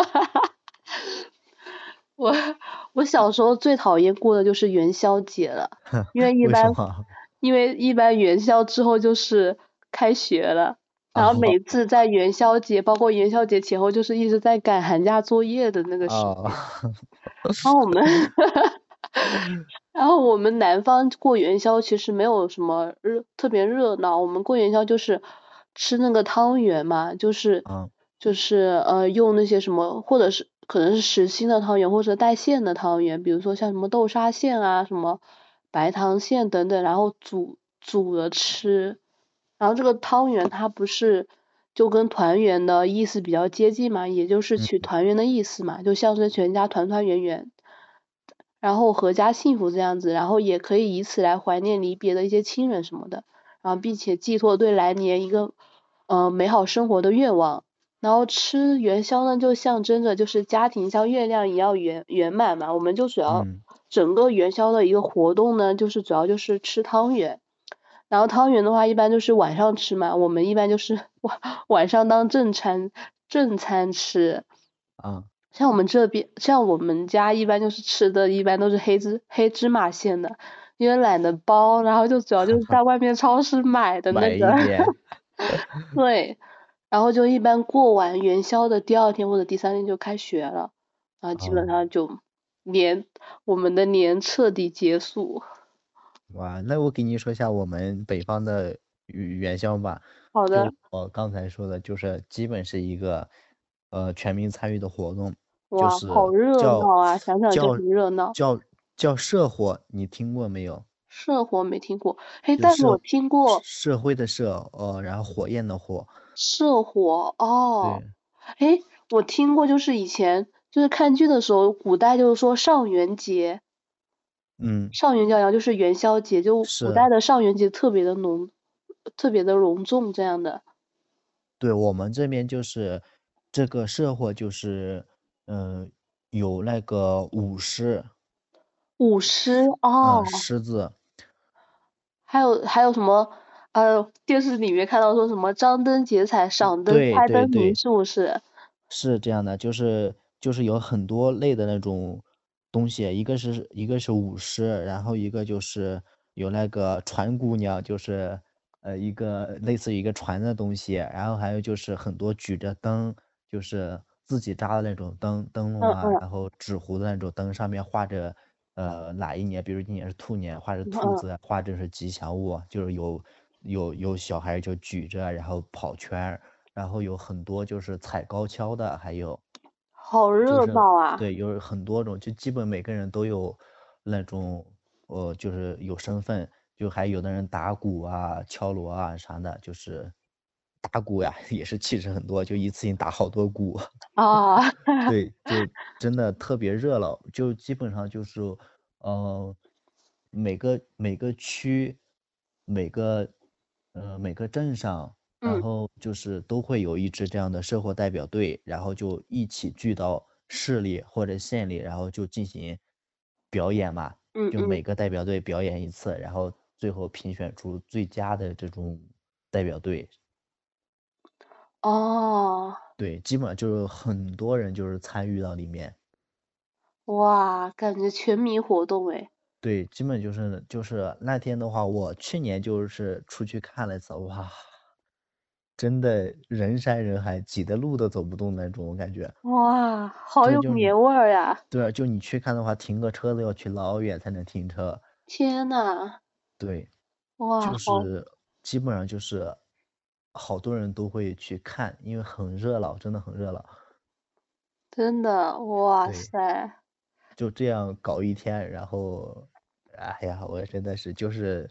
A: 我我小时候最讨厌过的就是元宵节了，因为一
B: 为什
A: 般
B: 么？
A: 因为一般元宵之后就是开学了，然后
B: 哦
A: 每次在元宵节，包括元宵节前后，就是一直在赶寒假作业的那个时
B: 哦，
A: 间。然后我们然后我们南方过元宵其实没有什么特别热闹，我们过元宵就是吃那个汤圆嘛，就是
B: 嗯
A: 用那些什么，或者是可能是实心的汤圆，或者带馅的汤圆，比如说像什么豆沙馅啊、什么白糖馅等等，然后煮着吃。然后这个汤圆它不是就跟团圆的意思比较接近嘛，也就是取
B: 嗯
A: 团圆的意思嘛，就像是全家团团圆圆。然后阖家幸福这样子，然后也可以以此来怀念离别的一些亲人什么的，然后并且寄托对来年一个美好生活的愿望。然后吃元宵呢，就象征着就是家庭像月亮一样圆满嘛。我们就主要
B: 嗯
A: 整个元宵的一个活动呢，就是主要就是吃汤圆。然后汤圆的话，一般就是晚上吃嘛，我们一般就是晚上当正餐吃。
B: 啊
A: 像我们这边，像我们家一般就是吃的，一般都是黑芝麻馅的，因为懒得包，然后就主要就是在外面超市买的那
B: 买
A: 个，
B: 一点。
A: 对，然后就一般过完元宵的第二天或者第三天就开学了，然后基本
B: 哦，
A: 上就年我们的年彻底结束。
B: 哇，那我给你说一下我们北方的元宵吧。
A: 好的，
B: 就我刚才说的，就是基本是一个全民参与的活动，就
A: 哇，好
B: 是
A: 热闹啊，想想就
B: 叫
A: 很热闹。
B: 叫叫社火，你听过没有？
A: 社火没听过，嘿，
B: 就社
A: 但是我听过
B: 社会的社，然后火焰的火。
A: 社火哦。
B: 对，
A: 诶，我听过，就是以前就是看剧的时候，古代就是说上元节，
B: 嗯，
A: 上元节就是元宵节，就古
B: 是。
A: 代的上元节特别的特别的隆重这样的。
B: 对，我们这边就是这个社会就是，有那个舞狮。
A: 舞狮哦，
B: 狮子。
A: 还有什么电视里面看到说什么张灯结彩、赏灯、
B: 对
A: 猜灯谜，
B: 对对，
A: 是不是？
B: 是这样的，就是有很多类的那种东西，一个是舞狮，然后一个就是有那个船姑娘，就是一个类似于一个船的东西，然后还有就是很多举着灯，就是自己扎的那种灯笼啊，
A: 嗯嗯
B: 然后纸糊的那种灯，上面画着哪一年，比如今年是兔年，画着兔
A: 嗯
B: 子，画着是吉祥物，就是有小孩就举着，然后跑圈儿。然后有很多就是踩高跷的，还有。
A: 好热
B: 就是
A: 闹啊！
B: 对，有很多种，就基本每个人都有那种，就是有身份，就还有的人打鼓啊、敲锣啊啥的，就是打鼓呀，也是气势很多，就一次性打好多鼓。
A: 啊，
B: 对，就真的特别热闹，就基本上就是，每个区，每个每个镇上，然
A: 嗯
B: 后就是都会有一支这样的社会代表队，然后就一起聚到市里或者县里，然后就进行表演嘛，就每
A: 嗯嗯，
B: 个代表队表演一次，然后最后评选出最佳的这种代表队。
A: 哦，
B: 对，基本上就是很多人就是参与到里面。
A: 哇，感觉全民活动诶。
B: 对，基本就是那天的话，我去年就是出去看了一次，哇，真的人山人海，挤得路都走不动那种，我感觉。
A: 哇，好
B: 对，就是你，
A: 有年味儿呀！
B: 对啊，就你去看的话，停个车都要去老远才能停车。
A: 天呐，
B: 对，
A: 哇，好，
B: 就是基本上就是好多人都会去看，因为很热闹，真的很热闹。
A: 真的，哇
B: 对，
A: 塞，
B: 就这样搞一天，然后，哎呀，我真的是就是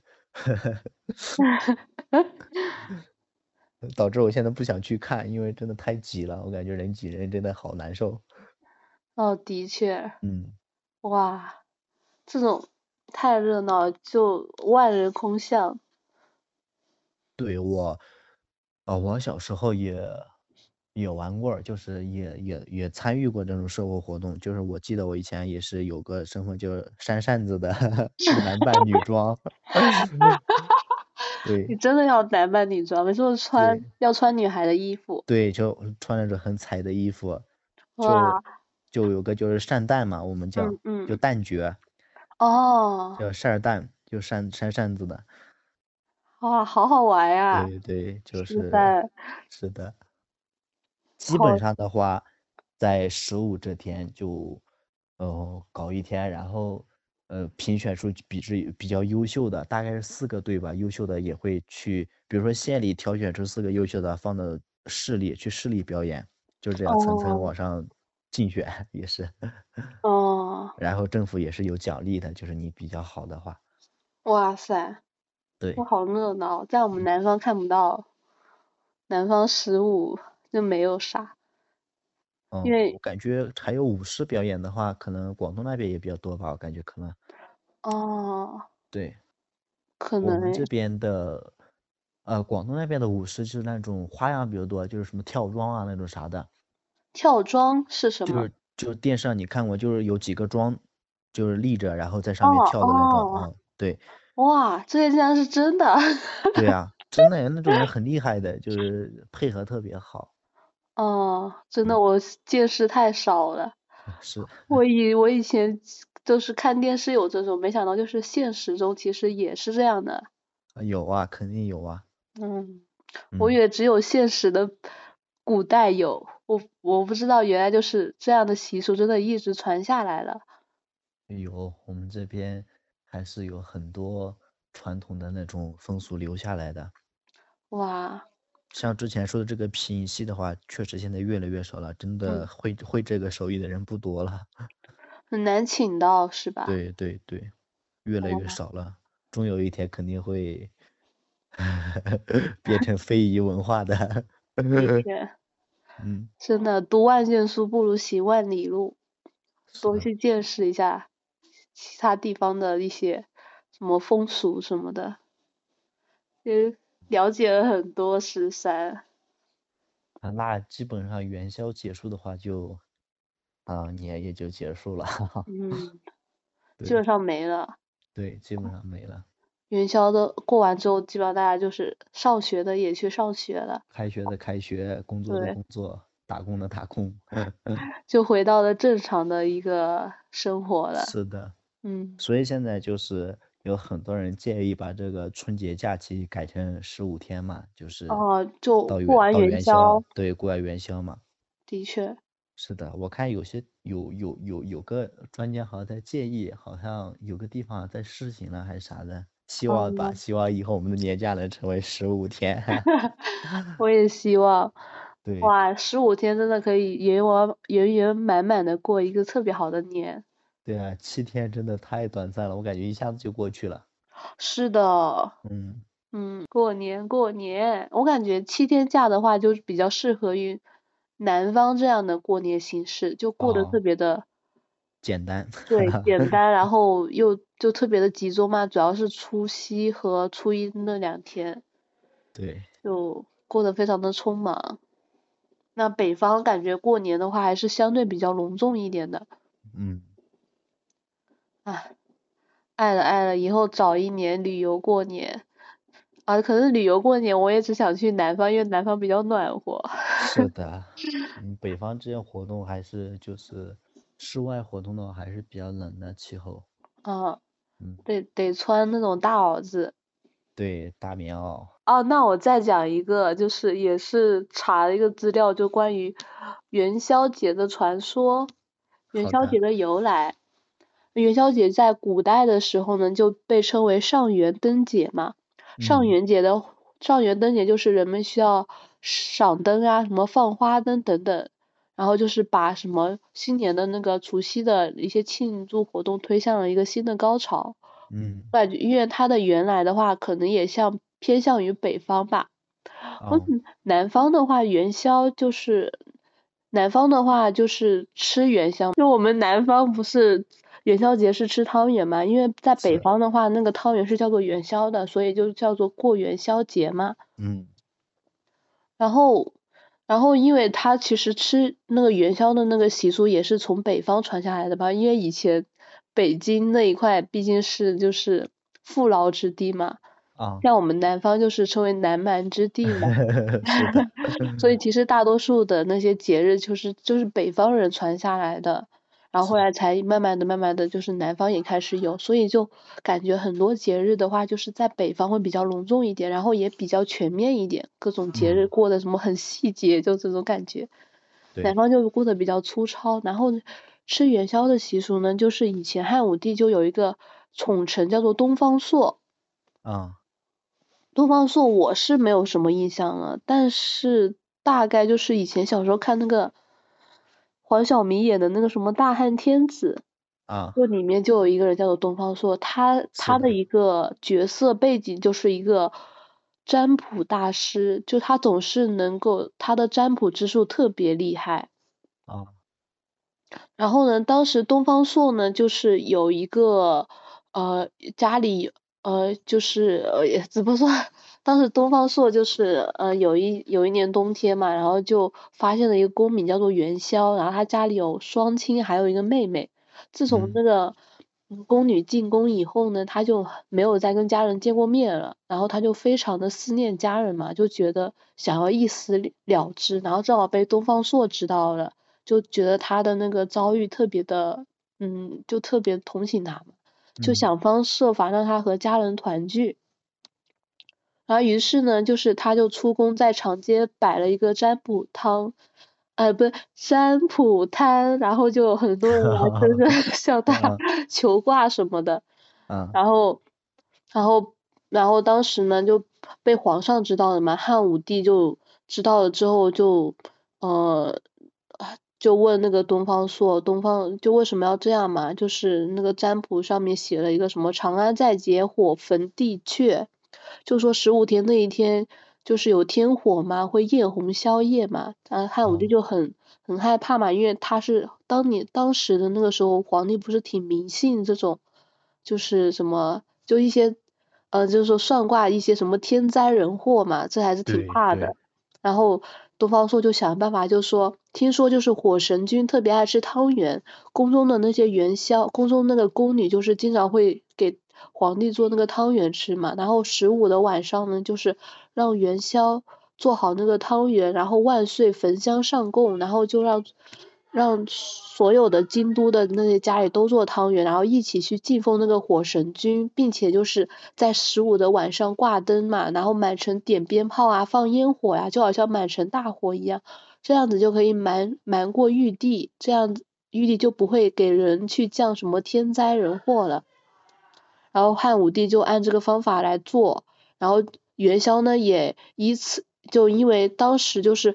B: 导致我现在不想去看，因为真的太挤了，我感觉人挤人真的好难受。
A: 哦，的确，
B: 嗯，
A: 哇，这种太热闹了，就万人空巷。
B: 对，我小时候也玩过，就是也参与过这种社会活动，就是我记得我以前也是有个身份，就是扇扇子的男扮女装。对
A: 你真的要男扮女装，每次都
B: 对
A: 要穿女孩的衣服。
B: 对，就穿那种很彩的衣服，就
A: 哇，
B: 就有个就是扇蛋嘛，我们叫就
A: 嗯嗯，
B: 旦角，
A: 哦，
B: 叫扇儿蛋，就扇扇子的。
A: 哇，好好玩呀！
B: 对对，就是
A: 十三，
B: 是的。基本
A: 好，
B: 上的话，在15这天就，搞一天，然后，评选出比较优秀的，大概是4个队吧，优秀的也会去，比如说县里挑选出4个优秀的，放到市里表演，就这样层层
A: 哦
B: 往上竞选也是，
A: 哦，
B: 然后政府也是有奖励的，就是你比较好的话，
A: 哇塞，哇，
B: 对，
A: 好热闹，在我们南方看不到，南方15就没有啥，因
B: 嗯，我
A: 为
B: 感觉还有舞狮表演的话，可能广东那边也比较多吧，我感觉可能，
A: 哦，
B: 对。我
A: 可能诶，
B: 们这边的，广东那边的舞狮就是那种花样比较多，就是什么跳桩啊那种啥的，
A: 跳桩是什么？
B: 就是电视上你看过，就是有几个桩，就是立着，然后在上
A: 哦
B: 面跳的那种，
A: 哦，
B: 嗯，对，
A: 哇，这些竟然是真的！
B: 对啊，真的那种人很厉害的，就是配合特别好，
A: 哦，真的
B: 嗯，
A: 我见识太少了。
B: 是，
A: 我以前就是看电视有这种，没想到就是现实中其实也是这样的。
B: 有啊，肯定有啊，
A: 嗯，我以
B: 嗯，
A: 为只有现实的古代有，我不知道原来就是这样的习俗，真的一直传下来了。
B: 有，我们这边还是有很多传统的那种风俗留下来的。
A: 哇，
B: 像之前说的这个皮影戏的话，确实现在越来越少了，真的
A: 嗯，
B: 会这个手艺的人不多了。
A: 很难请到是吧？
B: 对对对，越来越
A: 哇，
B: 少了，终有一天肯定会变成非遗文化的。
A: 的确，
B: 嗯，
A: 真的读万卷书不如行万里路，
B: 是的，
A: 多去见识一下其他地方的一些什么风俗什么的，也了解了很多十三。
B: 啊，那基本上元宵结束的话就，年也就结束了。
A: 嗯，基
B: 对
A: 本上没了。
B: 对，基本上没了。
A: 元宵的过完之后，基本上大家就是上学的也去上学了，
B: 开学的开学，工作的
A: 对，
B: 工作，打工的打工。
A: 就回到了正常的一个生活了。
B: 是的。
A: 嗯，
B: 所以现在就是有很多人建议把这个春节假期改成15天嘛，就是
A: 哦，就
B: 到
A: 过完元
B: 元宵，
A: 宵，
B: 对，过完元宵嘛。
A: 的确，
B: 是的，我看有些有个专家好像在建议，好像有个地方在试行了还是啥的，
A: 嗯，
B: 希望以后我们的年假能成为15天。
A: 我也希望。
B: 对
A: 哇，15天真的可以圆圆满满的过一个特别好的年。
B: 对啊，7天真的太短暂了，我感觉一下子就过去了。
A: 是的，
B: 嗯，
A: 过年，我感觉7天假的话，就比较适合于南方这样的过年形式，就过得特
B: 哦，
A: 别的
B: 简单，
A: 对简单，然后又就特别的集中嘛，主要是除夕和初一那2天，
B: 对，
A: 就过得非常的匆忙。那北方感觉过年的话，还是相对比较隆重一点的。
B: 嗯，
A: 唉，爱了，以后找一年旅游过年。啊，可是旅游过年我也只想去南方，因为南方比较暖和。
B: 是的，北方这些活动还是就是室外活动的话，还是比较冷的气候。
A: 啊，
B: 嗯，
A: 得穿那种大袄子。
B: 对，大棉袄。
A: 哦，那我再讲一个，就是也是查了一个资料，就关于元宵节的传说，元
B: 好的，
A: 宵节的由来。元宵节在古代的时候呢，就被称为上元灯节嘛。上
B: 嗯
A: 元节的上元灯节就是人们需要赏灯啊，什么放花灯等等，然后就是把什么新年的那个除夕的一些庆祝活动推向了一个新的高潮。
B: 嗯，
A: 感觉因为它的原来的话，可能也偏向于北方吧。
B: 哦，
A: 南方的话，南方的话就是吃元宵，就我们南方不是元宵节是吃汤圆嘛，因为在北
B: 是，
A: 方的话，那个汤圆是叫做元宵的，所以就叫做过元宵节嘛。
B: 嗯
A: 然后，因为他其实吃那个元宵的那个习俗也是从北方传下来的吧，因为以前北京那一块毕竟是就是富饶之地嘛，
B: 啊，
A: 像我们南方就是称为南蛮之地嘛。
B: 是的，
A: 所以其实大多数的那些节日就是北方人传下来的，然后后
B: 是，
A: 来才慢慢的就是南方也开始有，所以就感觉很多节日的话就是在北方会比较隆重一点，然后也比较全面一点，各种节日
B: 嗯，
A: 过得什么很细节，就这种感觉。南
B: 对，
A: 方就过得比较粗糙，然后吃元宵的习俗呢，就是以前汉武帝就有一个宠臣叫做东方朔，
B: 啊，
A: 东方朔我是没有什么印象了，但是大概就是以前小时候看那个黄晓明演的那个什么《大汉天子》，
B: 啊，
A: 就里面就有一个人叫做东方朔，他的
B: 是的，
A: 一个角色背景就是一个占卜大师，就他总是能够他的占卜之术特别厉害。
B: 啊，
A: 然后呢，当时东方朔呢，就是有一个家里也怎么说？当时东方朔就是有一年冬天嘛，然后就发现了一个宫名叫做元宵，然后他家里有双亲，还有一个妹妹。自从
B: 嗯
A: 那个宫女进宫以后呢，他就没有再跟家人见过面了，然后他就非常的思念家人嘛，就觉得想要一死了之，然后正好被东方朔知道了。就觉得他的那个遭遇特别的，就特别同情他嘛，就
B: 嗯，
A: 想方设法让他和家人团聚。然后于是呢，就是他就出宫在长街摆了一个占卜汤，不是占卜摊，然后就有很多人来跟着向他
B: 啊，
A: 求卦什么的。
B: 啊，
A: 然后，然后，然后当时呢就被皇上知道了嘛，汉武帝就知道了之后呃，就问那个东方朔，东方就为什么要这样嘛？就是那个占卜上面写了一个什么“长安在劫火焚地阙”，就说15天那一天就是有天火嘛，会焰红宵夜嘛。然后汉武帝
B: 啊，
A: 就很害怕嘛，因为他是当时的那个时候皇帝不是挺迷信这种，就是什么就一些就是说算卦一些什么天灾人祸嘛，这还是挺
B: 对对，
A: 怕的。然后东方朔就想办法，就说听说就是火神君特别爱吃汤圆，宫中的那些元宵，宫中那个宫女就是经常会给皇帝做那个汤圆吃嘛。然后15的晚上呢，就是让元宵做好那个汤圆，然后万岁焚香上供，然后就让所有的京都的那些家里都做汤圆，然后一起去敬奉那个火神君，并且就是在15的晚上挂灯嘛，然后满城点鞭炮啊，放烟火呀，就好像满城大火一样，这样子就可以瞒过玉帝，这样子玉帝就不会给人去降什么天灾人祸了。然后汉武帝就按这个方法来做，然后元宵呢也以此就因为当时就是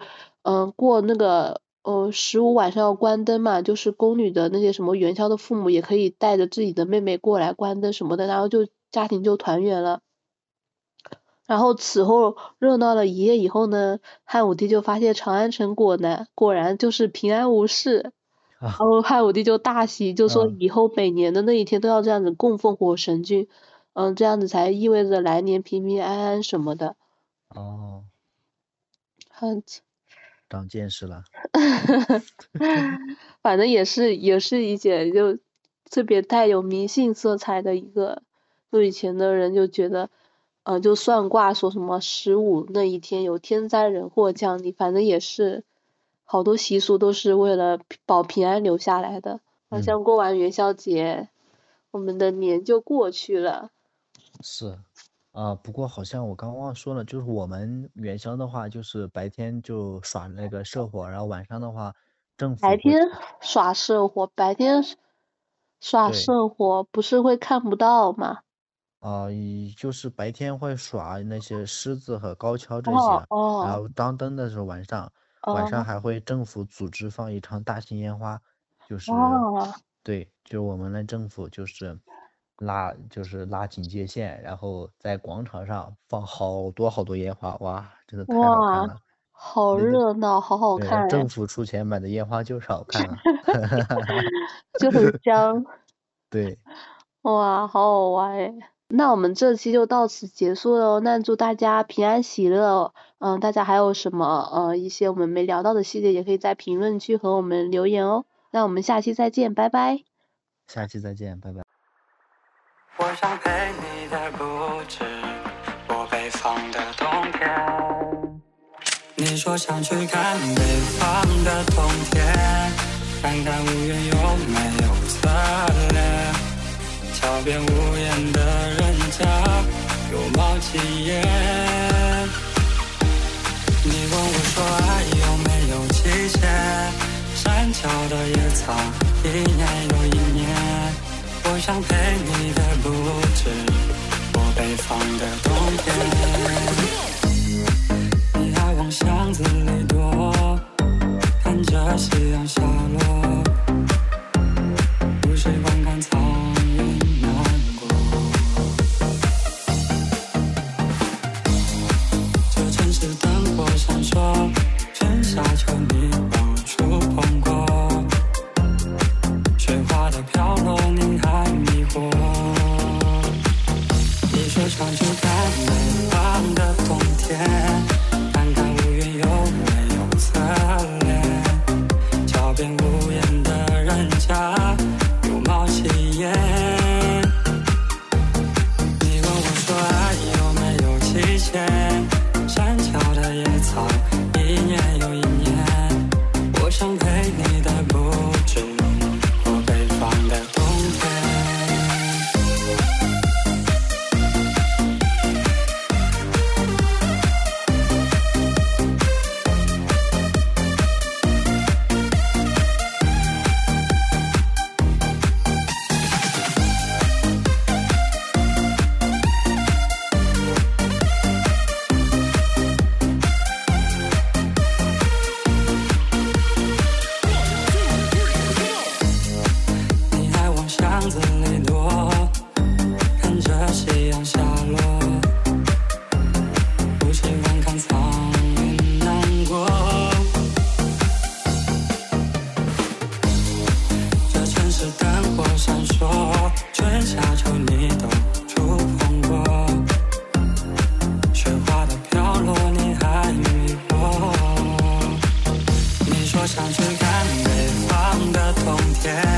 A: 过那个15晚上要关灯嘛，就是宫女的那些什么元宵的父母也可以带着自己的妹妹过来关灯什么的，然后就家庭就团圆了。然后此后热闹了一夜以后呢，汉武帝就发现长安城果然就是平安无事，然
B: 啊
A: 后汉武帝就大喜，就说
B: 啊
A: 以后每年的那一天都要这样子供奉火神君，这样子才意味着来年平平安安什么的。
B: 哦，
A: 很
B: 长见识了。
A: 反正也是一件就特别带有迷信色彩的一个，就以前的人就觉得，就算卦说什么15那一天有天灾人祸降临，反正也是好多习俗都是为了保平安留下来的。好像过完元宵节，我们的年就过去了。
B: 是。不过好像我刚忘说了，就是我们元宵的话，就是白天就耍那个社火，然后晚上的话，政府会
A: 白天耍社火，白天耍
B: 对
A: 社火不是会看不到吗？
B: 就是白天会耍那些狮子和高跷这
A: 哦
B: 些，然
A: 哦
B: 后当灯的时候晚上
A: 哦
B: 还会政府组织放一场大型烟花，就是
A: 哦。
B: 对，就我们的政府就是拉警戒线，然后在广场上放好多好多烟花，哇，真的太好看
A: 哇，
B: 了。
A: 好
B: 那
A: 热闹，好好
B: 对，
A: 看哎，
B: 政府出钱买的烟花就是好看啊。
A: 就很香，
B: 对，
A: 哇，好好玩哎。那我们这期就到此结束了哦，那祝大家平安喜乐。大家还有什么一些我们没聊到的细节，也可以在评论区和我们留言哦。那我们下期再见，拜拜。
B: 下期再见，拜拜。
C: 我想陪你的不止我北方的冬天。你说想去看北方的冬天，看看五月有没有侧脸，桥边无言的人家有冒起烟。你问我说爱有没有期限，山脚的野草一年又一年。我想陪你的不止我北方的冬天。你爱往巷子里躲，看着夕阳下落，不喜欢看苍云难过。这城市灯火闪烁，春夏秋你都触碰过，雪花的飘落你还迷惑。你说想去看北方的冬天，看看五月有没有侧脸，桥边无言的人家有冒起烟。你问我说爱有没有期限，山脚的野草一年又一年。我想陪你的不止我北方的冬天。你还往巷子里躲，看着夕阳下落，不喜欢看苍云难过。这城市灯火闪烁，春夏秋你都触碰过，雪花的飘落你还迷惑。你说想去看北方的冬天，